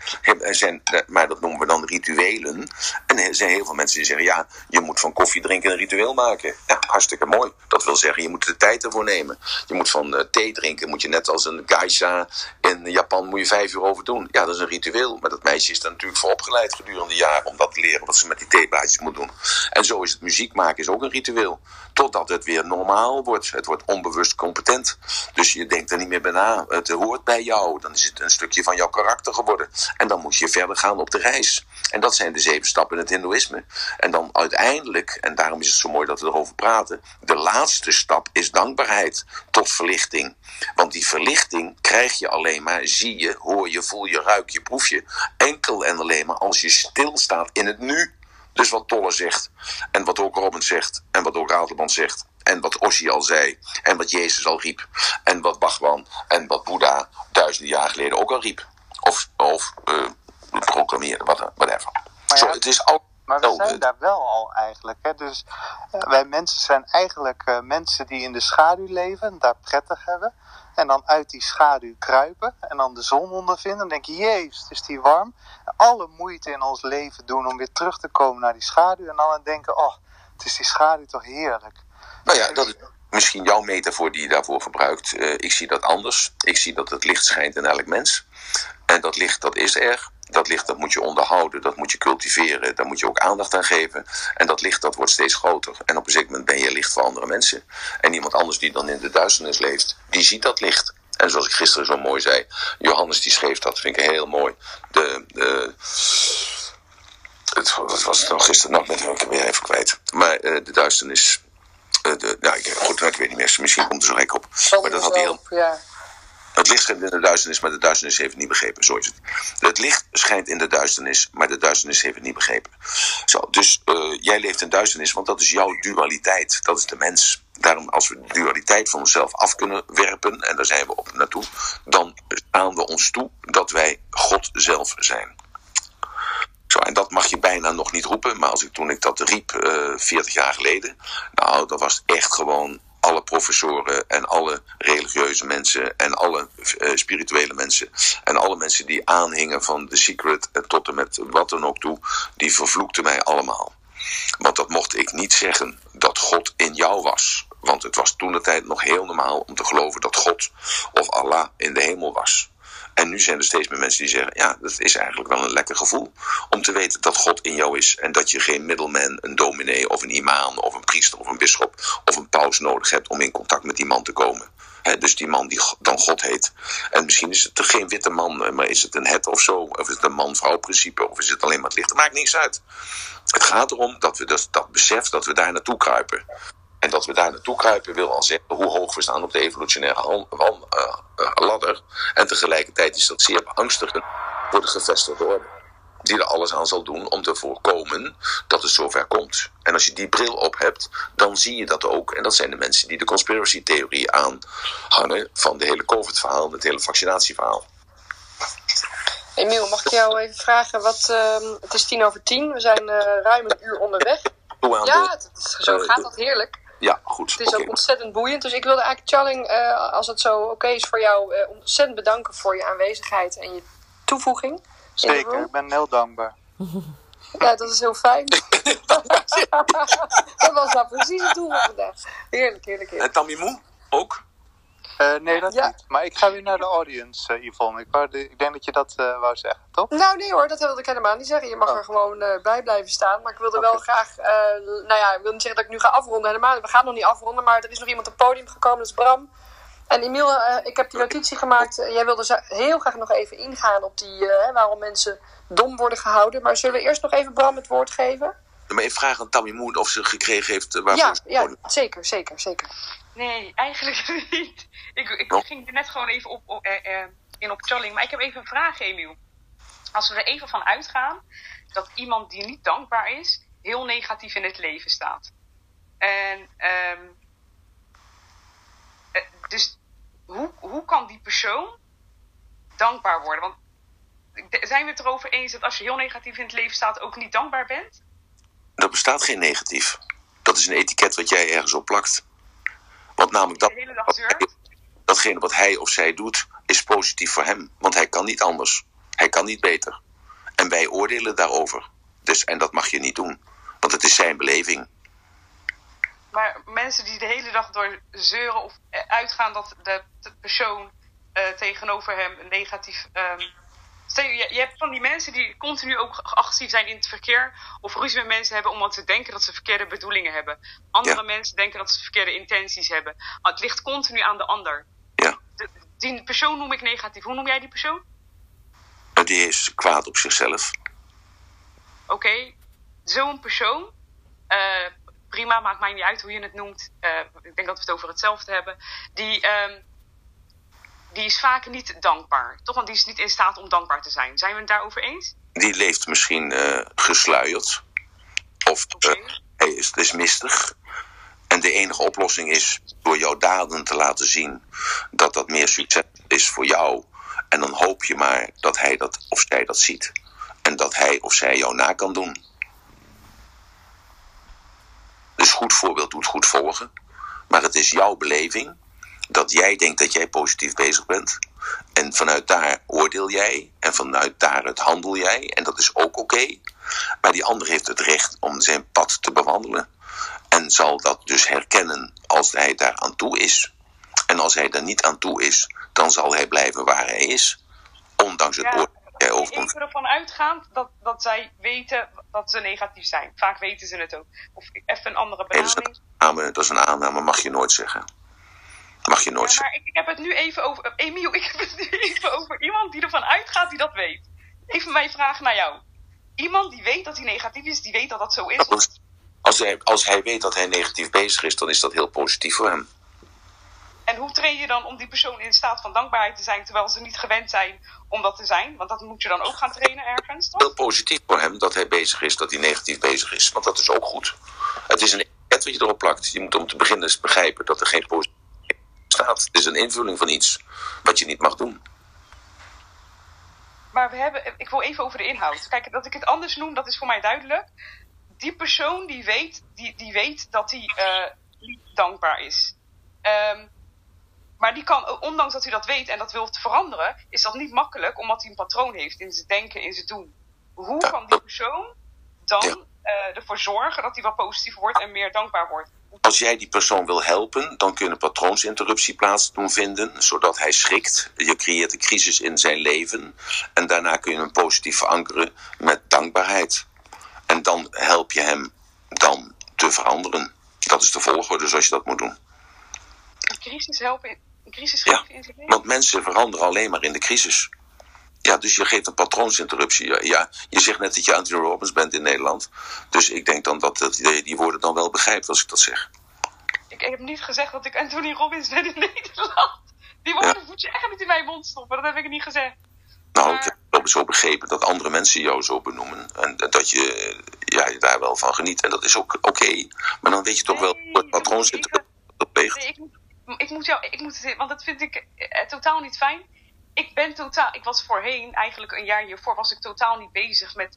Maar dat noemen we dan rituelen. En er zijn heel veel mensen die zeggen, ja, je moet van koffie drinken een ritueel maken. Ja, hartstikke mooi. Dat wil zeggen, je moet de tijd ervoor nemen. Je moet van thee drinken, moet je net als een geisha in Japan, moet je 5 uur over doen. Ja, dat is een ritueel. Maar dat meisje is er natuurlijk voor opgeleid gedurende jaren om dat te leren, wat ze met die theeblaadjes moet doen. En zo is het muziek maken is ook een ritueel. Totdat het weer normaal wordt. Het wordt onbewust competent. Dus je denkt er niet meer bij na. Het hoort bij jou. Dan is het een stukje van jouw karakter geworden. En dan moet je verder gaan op de reis. En dat zijn de 7 stappen in het hindoeïsme. En dan uiteindelijk, en daarom is het zo mooi dat we erover praten, de laatste stap is dankbaarheid tot verlichting. Want die verlichting krijg je alleen maar, zie je, hoor je, voel je, ruik je, proef je, enkel en alleen maar als je stilstaat in het nu. Dus wat Tolle zegt, en wat ook Robin zegt, en wat ook Ratelband zegt, en wat Ossie al zei, en wat Jezus al riep, en wat Bhagwan en wat Boeddha 1000 jaar geleden ook al riep. Of proclameerde, whatever. Zo, het is al... Maar we zijn daar wel al eigenlijk. Hè? Dus wij mensen zijn eigenlijk mensen die in de schaduw leven en daar prettig hebben. En dan uit die schaduw kruipen en dan de zon ondervinden. En denk je, jezus, is die warm. En alle moeite in ons leven doen om weer terug te komen naar die schaduw. En dan aan denken, het is die schaduw toch heerlijk. Nou ja, dat is misschien jouw metafoor die je daarvoor gebruikt. Ik zie dat anders. Ik zie dat het licht schijnt in elk mens. En dat licht, dat is er. Dat licht, dat moet je onderhouden, dat moet je cultiveren, daar moet je ook aandacht aan geven. En dat licht, dat wordt steeds groter. En op een zeker moment ben je licht voor andere mensen. En iemand anders die dan in de duisternis leeft, die ziet dat licht. En zoals ik gisteren zo mooi zei, Johannes die schreef dat, vind ik heel mooi. Wat was het nou gisteren? Nou, ik ben weer even kwijt. Maar de duisternis, ik weet niet meer, misschien komt er zo gek op. Maar dat had hij heel... Ja. Het licht schijnt in de duisternis, maar de duisternis heeft het niet begrepen. Zo is het. Het licht schijnt in de duisternis, maar de duisternis heeft het niet begrepen. Zo, dus jij leeft in duisternis, want dat is jouw dualiteit. Dat is de mens. Daarom, als we de dualiteit van onszelf af kunnen werpen, en daar zijn we op naartoe, dan staan we ons toe dat wij God zelf zijn. Zo, en dat mag je bijna nog niet roepen, maar toen ik dat riep 40 jaar geleden, nou, dat was echt gewoon... alle professoren en alle religieuze mensen en alle spirituele mensen en alle mensen die aanhingen van The Secret tot en met wat dan ook toe, die vervloekten mij allemaal. Want dat mocht ik niet zeggen dat God in jou was. Want het was toentertijd nog heel normaal om te geloven dat God of Allah in de hemel was. En nu zijn er steeds meer mensen die zeggen, ja, dat is eigenlijk wel een lekker gevoel. Om te weten dat God in jou is. En dat je geen middleman, een dominee of een imam of een priester of een bisschop of een paus nodig hebt om in contact met die man te komen. Dus die man die dan God heet. En misschien is het geen witte man, maar is het een het of zo. Of is het een man-vrouw principe. Of is het alleen maar het licht. Dat maakt niks uit. Het gaat erom dat we dus dat besef dat we daar naartoe kruipen. En dat we daar naartoe kruipen wil al zeggen hoe hoog we staan op de evolutionaire ladder. En tegelijkertijd is dat zeer beangstigend voor de gevestigde orde. die er alles aan zal doen om te voorkomen dat het zover komt. En als je die bril op hebt, dan zie je dat ook. En dat zijn de mensen die de conspiracy-theorie aanhangen van de hele COVID-verhaal, het hele vaccinatieverhaal. Emiel, mag ik jou even vragen? Het is 10:10. We zijn ruim een uur onderweg. Zo gaat dat heerlijk. Ja, goed. Het is ook ontzettend boeiend. Dus ik wilde eigenlijk Tjalling, als het zo oké is voor jou, ontzettend bedanken voor je aanwezigheid en je toevoeging. Zeker, ik ben heel dankbaar. Ja, dat is heel fijn. Dat was nou precies het doel van vandaag. Heerlijk. En Tammy ook? Nee, dat niet. Maar ik ga weer naar de audience, Yvonne. Ik denk dat je dat wou zeggen, toch? Nou, nee hoor, dat wilde ik helemaal niet zeggen. Je mag er gewoon bij blijven staan. Maar ik wilde wel graag... ik wil niet zeggen dat ik nu ga afronden. Helemaal. We gaan nog niet afronden, maar er is nog iemand op het podium gekomen. Dat is Bram. En Emiel, ik heb die notitie gemaakt. Jij wilde heel graag nog even ingaan op die... waarom mensen dom worden gehouden. Maar zullen we eerst nog even Bram het woord geven? Maar even vragen aan Tammy Moon of ze gekregen heeft... Ja, zeker. Nee, eigenlijk niet. Ik ging er net gewoon even op Tjalling. Maar ik heb even een vraag, Emiel. Als we er even van uitgaan dat iemand die niet dankbaar is, heel negatief in het leven staat. En dus hoe kan die persoon dankbaar worden? Want zijn we het erover eens dat als je heel negatief in het leven staat ook niet dankbaar bent? Er bestaat geen negatief. Dat is een etiket wat jij ergens op plakt. Want namelijk datgene wat hij of zij doet, is positief voor hem. Want hij kan niet anders. Hij kan niet beter. En wij oordelen daarover. En dat mag je niet doen. Want het is zijn beleving. Maar mensen die de hele dag door zeuren of uitgaan dat de persoon tegenover hem negatief... je hebt van die mensen die continu ook agressief zijn in het verkeer. Of ruzie met mensen hebben omdat ze denken dat ze verkeerde bedoelingen hebben. Andere mensen denken dat ze verkeerde intenties hebben. Maar het ligt continu aan de ander. Ja. Die persoon noem ik negatief. Hoe noem jij die persoon? Die is kwaad op zichzelf. Oké. Zo'n persoon... prima, maakt mij niet uit hoe je het noemt. Ik denk dat we het over hetzelfde hebben. Die is vaak niet dankbaar. Toch? Want die is niet in staat om dankbaar te zijn. Zijn we het daarover eens? Die leeft misschien gesluierd. Of hij is mistig. En de enige oplossing is door jouw daden te laten zien dat dat meer succes is voor jou. En dan hoop je maar dat hij dat of zij dat ziet. En dat hij of zij jou na kan doen. Dus goed voorbeeld doet goed volgen. Maar het is jouw beleving dat jij denkt dat jij positief bezig bent. En vanuit daar oordeel jij. En vanuit daaruit handel jij. En dat is ook oké. Maar die ander heeft het recht om zijn pad te bewandelen. En zal dat dus herkennen als hij daar aan toe is. En als hij daar niet aan toe is, dan zal hij blijven waar hij is. Ondanks het oordeel dat jij over hem... Even ervan uitgaand dat zij weten dat ze negatief zijn. Vaak weten ze het ook. Of even een andere benaming. Dat is een aanname, mag je nooit zeggen. Mag je nooit zeggen. Maar ik heb het nu even over... Emiel, ik heb het nu even over iemand die ervan uitgaat die dat weet. Even mijn vraag naar jou. Iemand die weet dat hij negatief is, die weet dat dat zo is. Als hij weet dat hij negatief bezig is, dan is dat heel positief voor hem. En hoe train je dan om die persoon in staat van dankbaarheid te zijn, terwijl ze niet gewend zijn om dat te zijn? Want dat moet je dan ook gaan trainen ergens, toch? Heel positief voor hem dat hij bezig is, dat hij negatief bezig is. Want dat is ook goed. Het is een etiket wat je erop plakt. Je moet om te beginnen eens begrijpen dat er geen positief staat. Het is een invulling van iets wat je niet mag doen. Maar ik wil even over de inhoud. Kijk, dat ik het anders noem, dat is voor mij duidelijk. Die persoon die weet dat hij niet dankbaar is. Maar die kan, ondanks dat hij dat weet en dat wil veranderen, is dat niet makkelijk, omdat hij een patroon heeft in zijn denken, in zijn doen. Hoe kan die persoon dan ervoor zorgen dat hij wat positiever wordt en meer dankbaar wordt? Als jij die persoon wil helpen, dan kun je een patroonsinterruptie plaats doen vinden, zodat hij schrikt. Je creëert een crisis in zijn leven en daarna kun je hem positief verankeren met dankbaarheid. En dan help je hem dan te veranderen. Dat is de volgorde zoals je dat moet doen. Een crisis helpen, een crisis geven in zijn leven? Want mensen veranderen alleen maar in de crisis. Ja, dus je geeft een patroonsinterruptie. Ja, je zegt net dat je Anthony Robbins bent in Nederland. Dus ik denk dan dat die woorden dan wel begrijpt als ik dat zeg. Ik heb niet gezegd dat ik Anthony Robbins ben in Nederland. Die woorden moet je echt niet in mijn mond stoppen. Dat heb ik niet gezegd. Nou, maar... heb zo begrepen dat andere mensen jou zo benoemen. En dat je daar wel van geniet. En dat is ook oké. Maar dan weet je toch wel wat patroon zit dat pleegt. Nee, ik moet het, want dat vind ik totaal niet fijn. Ik was voorheen, eigenlijk een jaar hiervoor, was ik totaal niet bezig met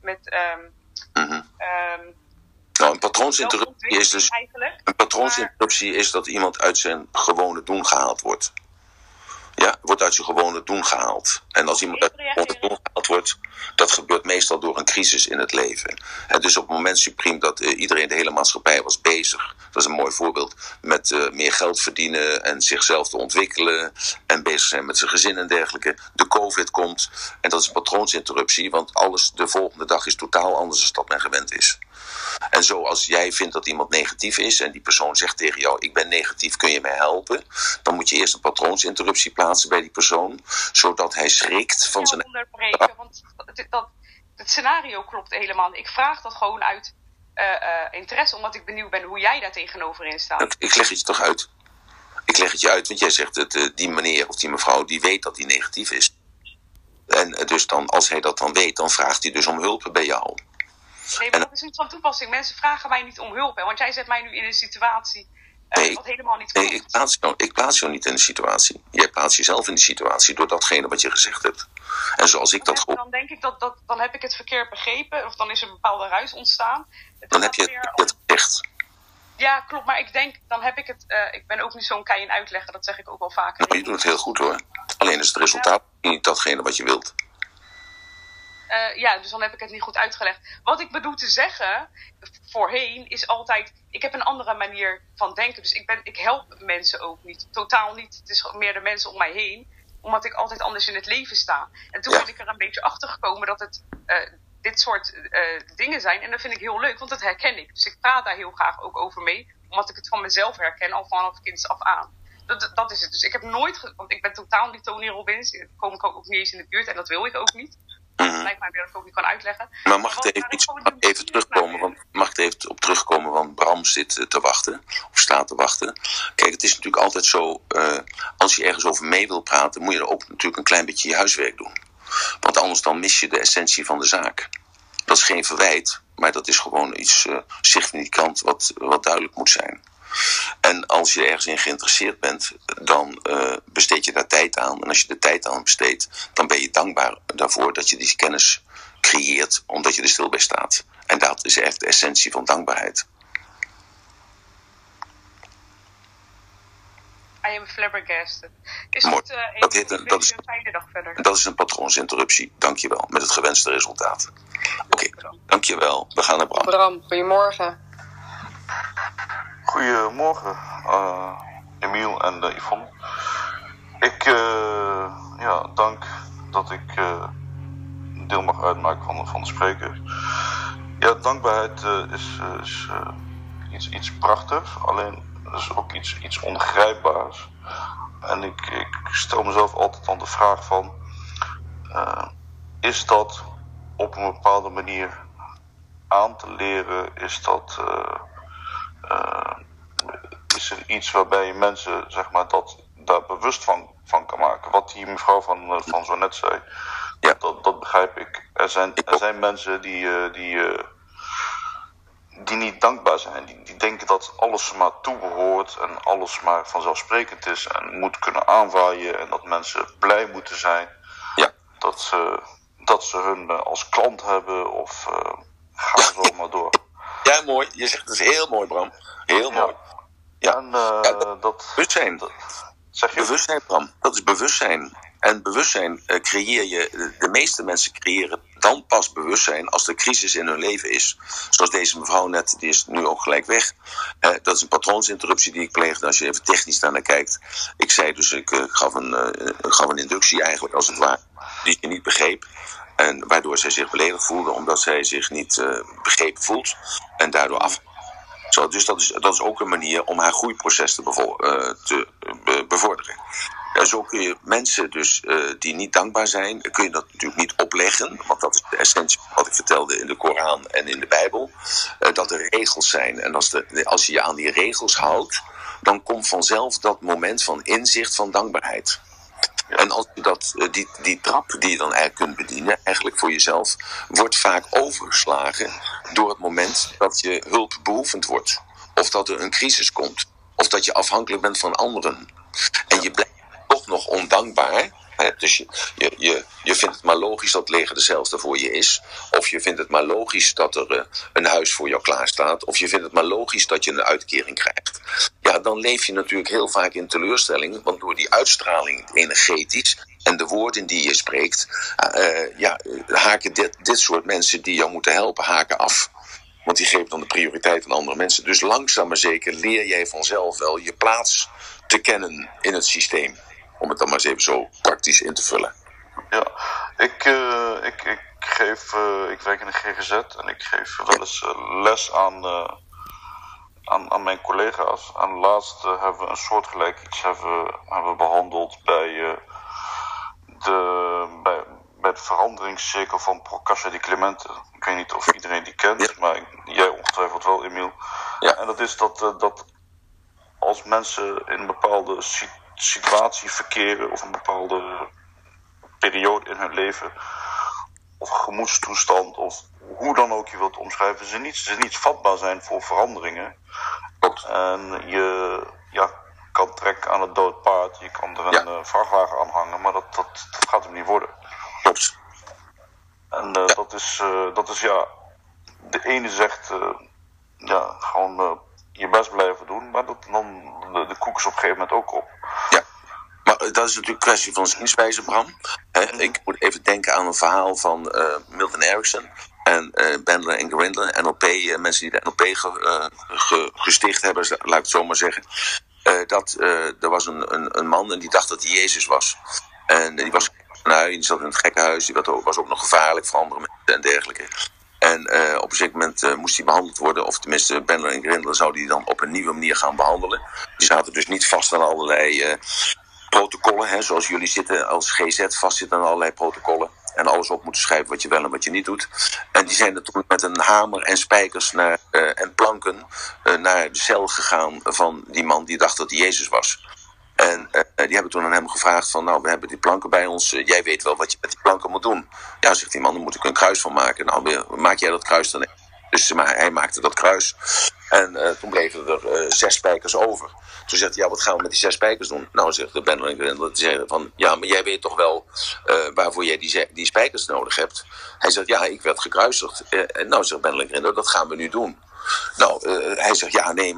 nou, een patroonsinterruptie is dus... Een patroonsinterruptie is dat iemand uit zijn gewone doen gehaald wordt. Ja, wordt uit zijn gewone doen gehaald. En als iemand uit zijn gewone doen gehaald wordt, dat gebeurt meestal door een crisis in het leven. En dus op het moment supriem dat iedereen, de hele maatschappij was bezig, dat is een mooi voorbeeld, met meer geld verdienen en zichzelf te ontwikkelen en bezig zijn met zijn gezin en dergelijke. De COVID komt en dat is een patroonsinterruptie, want alles de volgende dag is totaal anders dan dat men gewend is. En zo als jij vindt dat iemand negatief is en die persoon zegt tegen jou, ik ben negatief, kun je mij helpen? Dan moet je eerst een patroonsinterruptie plaatsen bij die persoon, zodat hij schrikt van zijn... onderbreken, want het scenario klopt helemaal. Ik vraag dat gewoon uit interesse, omdat ik benieuwd ben hoe jij daar tegenover in staat. Ik leg het je toch uit. Ik leg het je uit, want jij zegt dat die meneer of die mevrouw, die weet dat hij negatief is. En dus dan, als hij dat dan weet, dan vraagt hij dus om hulp bij jou. Nee, maar dat is niet van toepassing. Mensen vragen mij niet om hulp. Hè, want jij zet mij nu in een situatie wat helemaal niet klopt. Nee, ik plaats jou niet in de situatie. Jij plaatst jezelf in die situatie door datgene wat je gezegd hebt. En zoals ik dat... Dan denk ik dan heb ik het verkeerd begrepen. Of dan is er een bepaalde ruis ontstaan. Dan heb je het echt. Ja, klopt. Maar ik denk, dan heb ik het... ik ben ook niet zo'n kei in uitleggen. Dat zeg ik ook wel vaker. Nou, je doet het heel goed hoor. Alleen is het resultaat niet datgene wat je wilt. Dus dan heb ik het niet goed uitgelegd. Wat ik bedoel te zeggen, voorheen, is altijd... Ik heb een andere manier van denken. Dus ik help mensen ook niet. Totaal niet. Het is meer de mensen om mij heen. Omdat ik altijd anders in het leven sta. En toen ben ik er een beetje achter gekomen dat het dit soort dingen zijn. En dat vind ik heel leuk, want dat herken ik. Dus ik praat daar heel graag ook over mee. Omdat ik het van mezelf herken, al vanaf kinds af aan. Dat is het. Dus ik heb nooit... Want ik ben totaal niet Tony Robbins. Daar kom ik ook niet eens in de buurt. En dat wil ik ook niet. Lijkt mij weer dat ik ook niet kan uitleggen. Maar mag ik even terugkomen? Mag ik even op terugkomen? Want Bram zit te wachten. Of staat te wachten. Kijk, het is natuurlijk altijd zo. Als je ergens over mee wil praten, moet je er ook natuurlijk een klein beetje je huiswerk doen. Want anders dan mis je de essentie van de zaak. Dat is geen verwijt. Maar dat is gewoon iets significant wat duidelijk moet zijn. En als je ergens in geïnteresseerd bent, dan besteed je daar tijd aan. En als je de tijd aan besteedt, dan ben je dankbaar daarvoor dat je die kennis creëert, omdat je er stil bij staat. En dat is echt de essentie van dankbaarheid. I am flabbergasted. Is mooi. Dat een fijne dag verder. Dat is een patroonsinterruptie. Dankjewel. Met het gewenste resultaat. Oké, dankjewel. We gaan naar Bram. Bram, goedemorgen. Goedemorgen, Emiel en Yvonne. Ik dank dat ik deel mag uitmaken van de spreker. Ja, dankbaarheid is iets prachtigs, alleen is ook iets ongrijpbaars. En ik stel mezelf altijd dan de vraag van, is dat op een bepaalde manier aan te leren? Is dat... is er iets waarbij je mensen, zeg maar, daar bewust van kan maken? Wat die mevrouw van zo net zei, ja. Dat begrijp ik. Er zijn mensen die niet dankbaar zijn. Die denken dat alles maar toebehoort en alles maar vanzelfsprekend is en moet kunnen aanwaaien en dat mensen blij moeten zijn. Ja. Dat ze hun als klant hebben of ga zo maar door. Ja, mooi. Je zegt het is heel mooi, Bram. Heel mooi. Ja. En dat... Bewustzijn. Zeg je? Bewustzijn, Bram. Dat is bewustzijn. En bewustzijn creëer je... De meeste mensen creëren dan pas bewustzijn als er crisis in hun leven is. Zoals deze mevrouw net, die is nu ook gelijk weg. Dat is een patroonsinterruptie die ik pleegde. Als je even technisch naar kijkt. Ik zei dus, ik gaf een inductie eigenlijk als het ware. Die je niet begreep. En waardoor zij zich beledigd voelde, omdat zij zich niet begrepen voelt. En daardoor af. Zo, dus dat is ook een manier om haar groeiproces te bevorderen. Zo kun je mensen dus die niet dankbaar zijn, kun je dat natuurlijk niet opleggen. Want dat is de essentie van wat ik vertelde in de Koran en in de Bijbel. Dat er regels zijn. En als je je aan die regels houdt, dan komt vanzelf dat moment van inzicht van dankbaarheid. Ja. En als je die trap die je dan eigenlijk kunt bedienen, eigenlijk voor jezelf, wordt vaak overgeslagen door het moment dat je hulpbehoevend wordt. Of dat er een crisis komt. Of dat je afhankelijk bent van anderen. En je blijft toch nog ondankbaar. Dus je vindt het maar logisch dat het leger de zelfde voor je is. Of je vindt het maar logisch dat er een huis voor jou klaar staat. Of je vindt het maar logisch dat je een uitkering krijgt. Ja, dan leef je natuurlijk heel vaak in teleurstelling. Want door die uitstraling energetisch en de woorden die je spreekt, haken dit soort mensen die jou moeten helpen, haken af. Want die geven dan de prioriteit aan andere mensen. Dus langzaam maar zeker leer jij vanzelf wel je plaats te kennen in het systeem. Om het dan maar eens even zo praktisch in te vullen. Ja, ik werk in de GGZ en ik geef wel eens les aan mijn collega's. En laatst hebben we een soortgelijk iets hebben behandeld bij de veranderingscirkel van Procassia di Clemente. Ik weet niet of iedereen die kent, maar jij ongetwijfeld wel, Emiel. Ja. En dat is dat als mensen in een bepaalde situatie verkeren of een bepaalde periode in hun leven of gemoedstoestand of hoe dan ook je wilt omschrijven, ze niet vatbaar zijn voor veranderingen. En je kan trekken aan het dood paard, je kan er een vrachtwagen aan hangen, maar dat gaat hem niet worden. Klopt. En dat is de ene zegt gewoon je best blijven doen, maar dan de koek is op een gegeven moment ook op. Ja, maar dat is natuurlijk een kwestie van zienswijze, Bram. Ik moet even denken aan een verhaal van Milton Erickson en Bandler en Grindler, NLP, mensen die de NLP gesticht hebben, laat ik het zo maar zeggen. Er was een man en die dacht dat hij Jezus was. En die zat in het gekkenhuis, die was ook nog gevaarlijk voor andere mensen en dergelijke. En op een zeker moment moest hij behandeld worden, of tenminste Bandler en Grindler zouden die dan op een nieuwe manier gaan behandelen. Die zaten dus niet vast aan allerlei protocollen, zoals jullie zitten als GZ vastzitten aan allerlei protocollen. En alles op moeten schrijven wat je wel en wat je niet doet. En die zijn er toen met een hamer en spijkers en planken naar de cel gegaan van die man die dacht dat hij Jezus was. En die hebben toen aan hem gevraagd van, nou, we hebben die planken bij ons. Jij weet wel wat je met die planken moet doen. Ja, zegt die man, dan moet ik een kruis van maken. Nou, maak jij dat kruis dan? Dus hij maakte dat kruis. En toen bleven er 6 spijkers over. Toen zegt hij, ja, wat gaan we met die 6 spijkers doen? Nou, zegt de Bandler en Grindler, die zeggen van, ja, maar jij weet toch wel waarvoor jij die spijkers nodig hebt? Hij zegt, ja, ik werd gekruisigd. Nou, zegt Bandler en Grindler, dat gaan we nu doen. Nou, hij zegt, ja, nee,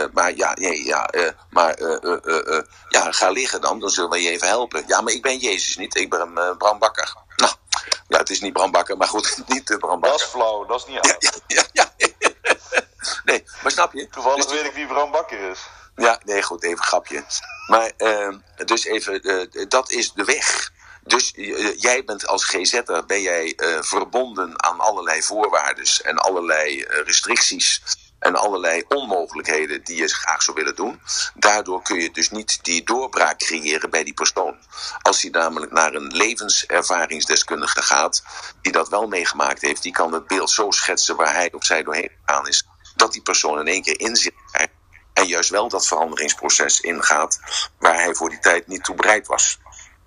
ga liggen dan zullen we je even helpen. Ja, maar ik ben Jezus niet, ik ben Bram Bakker. Nou, ja, het is niet Bram Bakker, maar goed, niet de Bram Bakker. Dat is flauw, dat is niet aan. Ja. Nee, maar snap je? Toevallig weet ik wie Bram Bakker is. Ja, nee, goed, even grapje. Maar, dus even, dat is de weg. Dus jij bent als GZ'er verbonden aan allerlei voorwaarden en allerlei restricties en allerlei onmogelijkheden die je graag zou willen doen. Daardoor kun je dus niet die doorbraak creëren bij die persoon. Als hij namelijk naar een levenservaringsdeskundige gaat, die dat wel meegemaakt heeft, die kan het beeld zo schetsen waar hij of zij doorheen gegaan is, dat die persoon in één keer inzicht krijgt en juist wel dat veranderingsproces ingaat waar hij voor die tijd niet toe bereid was.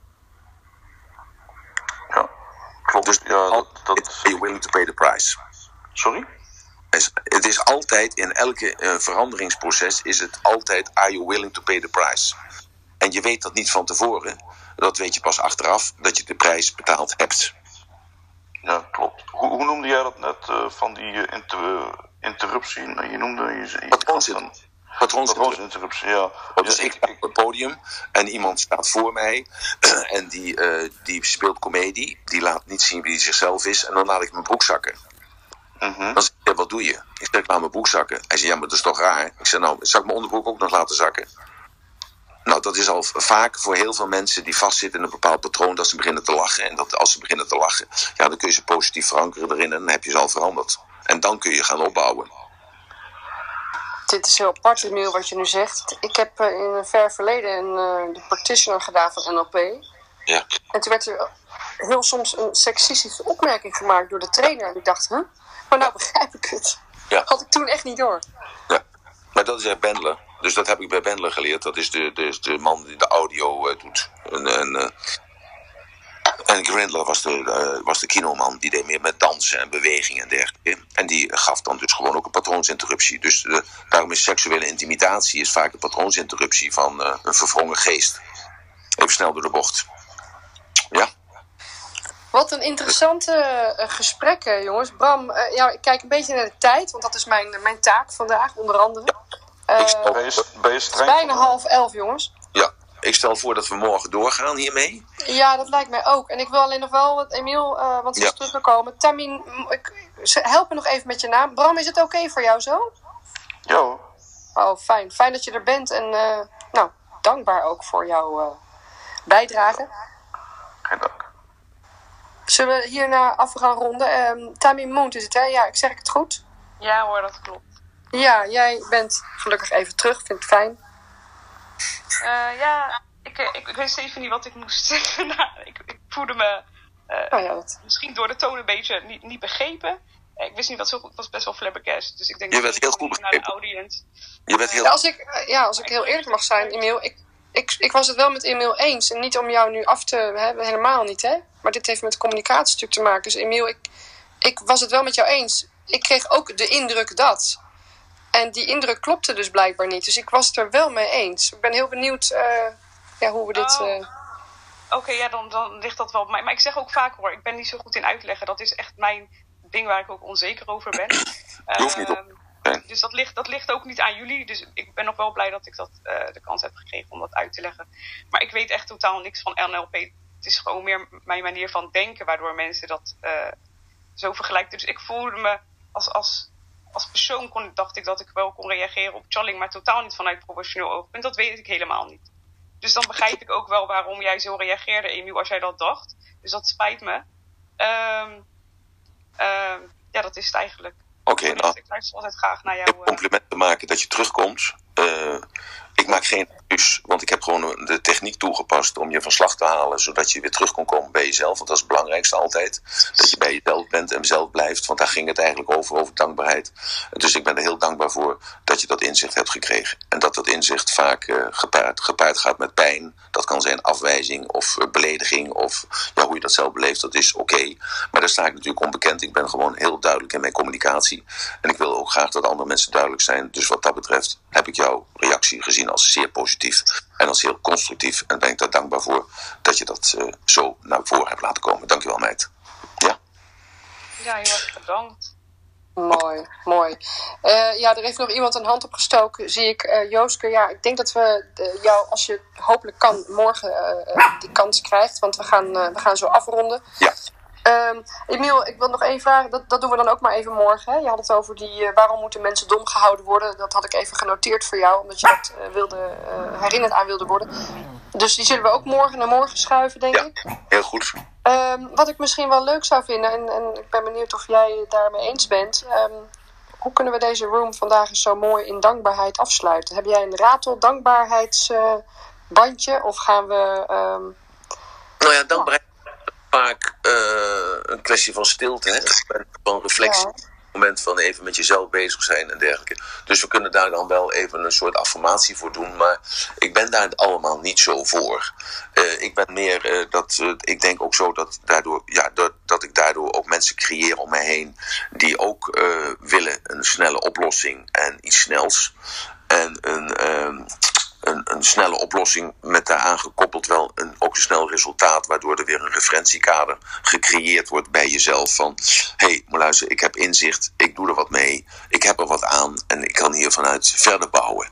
Ja, klopt. Dus are you willing to pay the price? Sorry? Het is altijd, in elke veranderingsproces is het altijd, are you willing to pay the price? En je weet dat niet van tevoren. Dat weet je pas achteraf, dat je de prijs betaald hebt. Ja, klopt. Hoe noemde jij dat net van die interruptie? Je noemde... Patroonsinterruptie, ja. Dus ik sta op het podium en iemand staat voor mij en die speelt comedie. Die laat niet zien wie hij zichzelf is en dan laat ik mijn broek zakken. Mm-hmm. Dan zeg ik, wat doe je? Ik zeg, ik laat mijn broek zakken. Hij zegt, ja, maar dat is toch raar? Ik zeg, nou, zal ik mijn onderbroek ook nog laten zakken? Nou, dat is al vaak voor heel veel mensen die vastzitten in een bepaald patroon, dat ze beginnen te lachen. En dat als ze beginnen te lachen, ja, dan kun je ze positief verankeren erin en dan heb je ze al veranderd. En dan kun je gaan opbouwen. Dit is heel apart, Emiel, wat je nu zegt. Ik heb in een ver verleden de practitioner gedaan van NLP. Ja. En toen werd er heel soms een seksistische opmerking gemaakt door de trainer. En ik dacht, maar nou begrijp ik het. Ja. Had ik toen echt niet door. Ja, maar dat is echt Bandler. dus dat heb ik bij Bendler geleerd. Dat is de man die de audio doet. En Grindler was de kinoman. Die deed meer met dansen en bewegingen en dergelijke. En die gaf dan dus gewoon ook een patroonsinterruptie. Dus daarom is seksuele intimidatie vaak een patroonsinterruptie van een verwrongen geest. Even snel door de bocht. Ja. Wat een interessante gesprekken, jongens. Bram, ik kijk een beetje naar de tijd, want dat is mijn taak vandaag, onder andere. Ben je streng? Bijna 10:30, jongens. Ja, ik stel voor dat we morgen doorgaan hiermee. Ja, dat lijkt mij ook. En ik wil alleen nog wel, Emiel, want ze is teruggekomen. Tamin, help me nog even met je naam. Bram, is het oké voor jou zo? Ja. Oh, fijn. Fijn dat je er bent en dankbaar ook voor jouw bijdrage. Geen dank. Zullen we hierna af gaan ronden? Tamin Moont is het, hè? Ja, zeg ik het goed? Ja hoor, dat klopt. Ja, jij bent gelukkig even terug. Vind het fijn. Ik wist even niet wat ik moest zeggen. Ik voelde me misschien door de toon een beetje niet begrepen. Ik wist niet wat zo goed. Ik was best wel flabbergast. Dus ik denk je werd heel goed naar de audience. Je werd heel... Als ik heel eerlijk mag zijn, Emiel. Ik was het wel met Emiel eens. En niet om jou nu af te hebben, helemaal niet, hè. Maar dit heeft met het communicatiestuk te maken. Dus Emiel, ik was het wel met jou eens. Ik kreeg ook de indruk dat. En die indruk klopte dus blijkbaar niet. Dus ik was het er wel mee eens. Ik ben heel benieuwd hoe we dit... Oké, dan ligt dat wel op mij. Maar ik zeg ook vaak hoor, ik ben niet zo goed in uitleggen. Dat is echt mijn ding waar ik ook onzeker over ben. Je hoeft niet op. Dus dat ligt ook niet aan jullie. Dus ik ben nog wel blij dat ik de kans heb gekregen om dat uit te leggen. Maar ik weet echt totaal niks van NLP. Het is gewoon meer mijn manier van denken, waardoor mensen dat zo vergelijken. Dus ik voelde me als persoon dacht ik dat ik wel kon reageren op Challing, maar totaal niet vanuit professioneel oogpunt. Dat weet ik helemaal niet. Dus dan begrijp ik ook wel waarom jij zo reageerde, Emiel, als jij dat dacht. Dus dat spijt me. Dat is het eigenlijk. Oké, ik luister altijd graag naar jou. Complimenten maken dat je terugkomt. Ik maak geen excuus, want ik heb gewoon de techniek toegepast om je van slag te halen, zodat je weer terug kon komen bij jezelf. Want dat is het belangrijkste altijd. Dat je bij jezelf bent en zelf blijft. Want daar ging het eigenlijk over dankbaarheid. Dus ik ben er heel dankbaar voor dat je dat inzicht hebt gekregen. En dat inzicht vaak gepaard gaat met pijn. Dat kan zijn afwijzing of belediging of hoe je dat zelf beleeft. Dat is oké. Maar daar sta ik natuurlijk onbekend. Ik ben gewoon heel duidelijk in mijn communicatie. En ik wil ook graag dat andere mensen duidelijk zijn. Dus wat dat betreft heb ik jouw reactie gezien als zeer positief en als heel constructief. En ben ik daar dankbaar voor dat je dat zo naar voren hebt laten komen. Dankjewel, meid. Ja? Ja, heel erg bedankt. Mooi. Er heeft nog iemand een hand opgestoken, zie ik. Jooske, ik denk dat we jou, als je hopelijk kan, morgen die kans krijgt. Want we gaan zo afronden. Ja. Emiel, ik wil nog één vragen. Dat doen we dan ook maar even morgen. Hè? Je had het over waarom moeten mensen dom gehouden worden. Dat had ik even genoteerd voor jou, omdat je dat herinnerd aan wilde worden. Dus die zullen we ook morgen naar morgen schuiven, denk ik. Ja, heel goed. Wat ik misschien wel leuk zou vinden, en ik ben benieuwd of jij het daarmee eens bent. Hoe kunnen we deze room vandaag eens zo mooi in dankbaarheid afsluiten? Heb jij een ratel dankbaarheidsbandje? Of gaan we... dankbaarheid vaak een kwestie van stilte, hè? Van reflectie. Ja. Het moment van even met jezelf bezig zijn en dergelijke. Dus we kunnen daar dan wel even een soort affirmatie voor doen. Maar ik ben daar allemaal niet zo voor. Ik ben meer ik denk ook zo dat ik daardoor ook mensen creëer om mij heen die ook willen een snelle oplossing en iets snels. En een snelle oplossing met daaraan gekoppeld wel ook een snel resultaat, waardoor er weer een referentiekader gecreëerd wordt bij jezelf van, maar luister, ik heb inzicht, ik doe er wat mee, ik heb er wat aan en ik kan hier vanuit verder bouwen.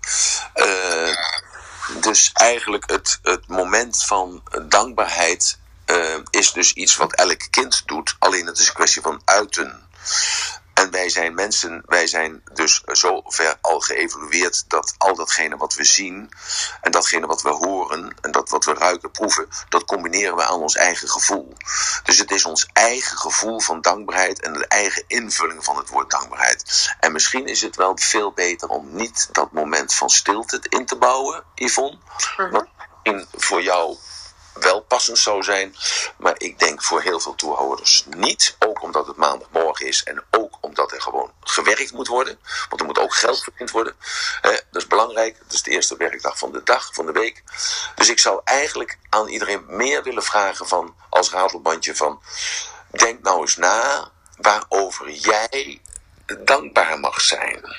Dus eigenlijk het moment van dankbaarheid is dus iets wat elk kind doet, alleen het is een kwestie van uiten. En wij zijn dus zo ver al geëvolueerd dat al datgene wat we zien en datgene wat we horen en dat wat we ruiken, proeven, dat combineren we aan ons eigen gevoel. Dus het is ons eigen gevoel van dankbaarheid en de eigen invulling van het woord dankbaarheid. En misschien is het wel veel beter om niet dat moment van stilte in te bouwen, Yvonne. Wat voor jou wel passend zou zijn, maar ik denk voor heel veel toehoorders niet. Ook omdat het maandagmorgen is en ook omdat er gewoon gewerkt moet worden. Want er moet ook geld verdiend worden. Dat is belangrijk. Dat is de eerste werkdag van de week. Dus ik zou eigenlijk aan iedereen meer willen vragen van, als ratelbandje van, denk nou eens na waarover jij dankbaar mag zijn.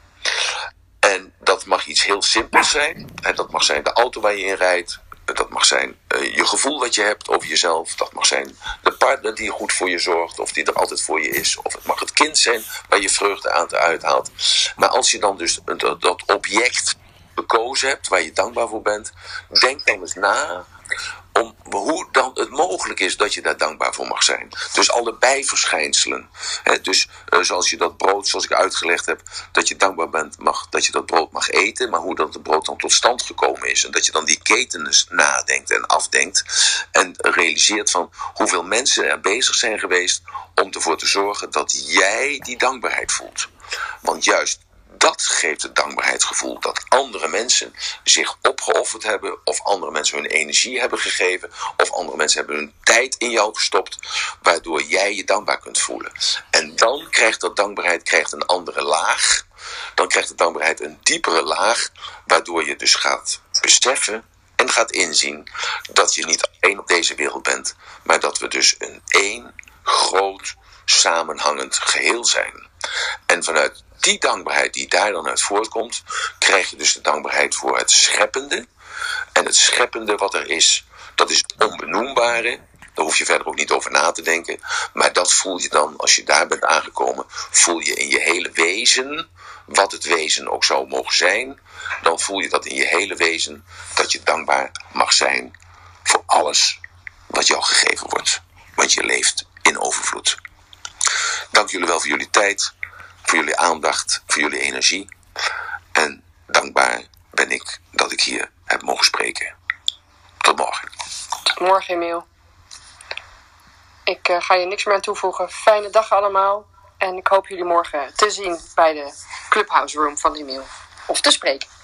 En dat mag iets heel simpels zijn. En dat mag zijn de auto waar je in rijdt. Dat mag zijn je gevoel wat je hebt over jezelf. Dat mag zijn de partner die goed voor je zorgt. Of die er altijd voor je is. Of het mag het kind zijn waar je vreugde aan te uithaalt. Maar als je dan dus dat object gekozen hebt waar je dankbaar voor bent. Denk dan eens na om hoe dan het mogelijk is dat je daar dankbaar voor mag zijn. Dus alle bijverschijnselen. Dus zoals je dat brood, zoals ik uitgelegd heb, dat je dankbaar bent dat je dat brood mag eten, maar hoe dat het brood dan tot stand gekomen is. En dat je dan die ketens nadenkt en afdenkt. En realiseert van hoeveel mensen er bezig zijn geweest om ervoor te zorgen dat jij die dankbaarheid voelt. Want juist dat geeft het dankbaarheidsgevoel dat andere mensen zich opgeofferd hebben, of andere mensen hun energie hebben gegeven, of andere mensen hebben hun tijd in jou gestopt, waardoor jij je dankbaar kunt voelen. En dan krijgt dat dankbaarheid een andere laag. Dan krijgt de dankbaarheid een diepere laag, waardoor je dus gaat beseffen en gaat inzien dat je niet alleen op deze wereld bent, maar dat we dus een één groot samenhangend geheel zijn. En vanuit die dankbaarheid die daar dan uit voortkomt, krijg je dus de dankbaarheid voor het scheppende. En het scheppende wat er is, dat is het onbenoembare. Daar hoef je verder ook niet over na te denken. Maar dat voel je dan, als je daar bent aangekomen, voel je in je hele wezen, wat het wezen ook zou mogen zijn. Dan voel je dat in je hele wezen, dat je dankbaar mag zijn voor alles wat jou gegeven wordt. Want je leeft in overvloed. Dank jullie wel voor jullie tijd, voor jullie aandacht, voor jullie energie. En dankbaar ben ik dat ik hier heb mogen spreken. Tot morgen. Morgen, Emiel. Ik ga je niks meer aan toevoegen. Fijne dag allemaal. En ik hoop jullie morgen te zien bij de Clubhouse Room van Emiel. Of te spreken.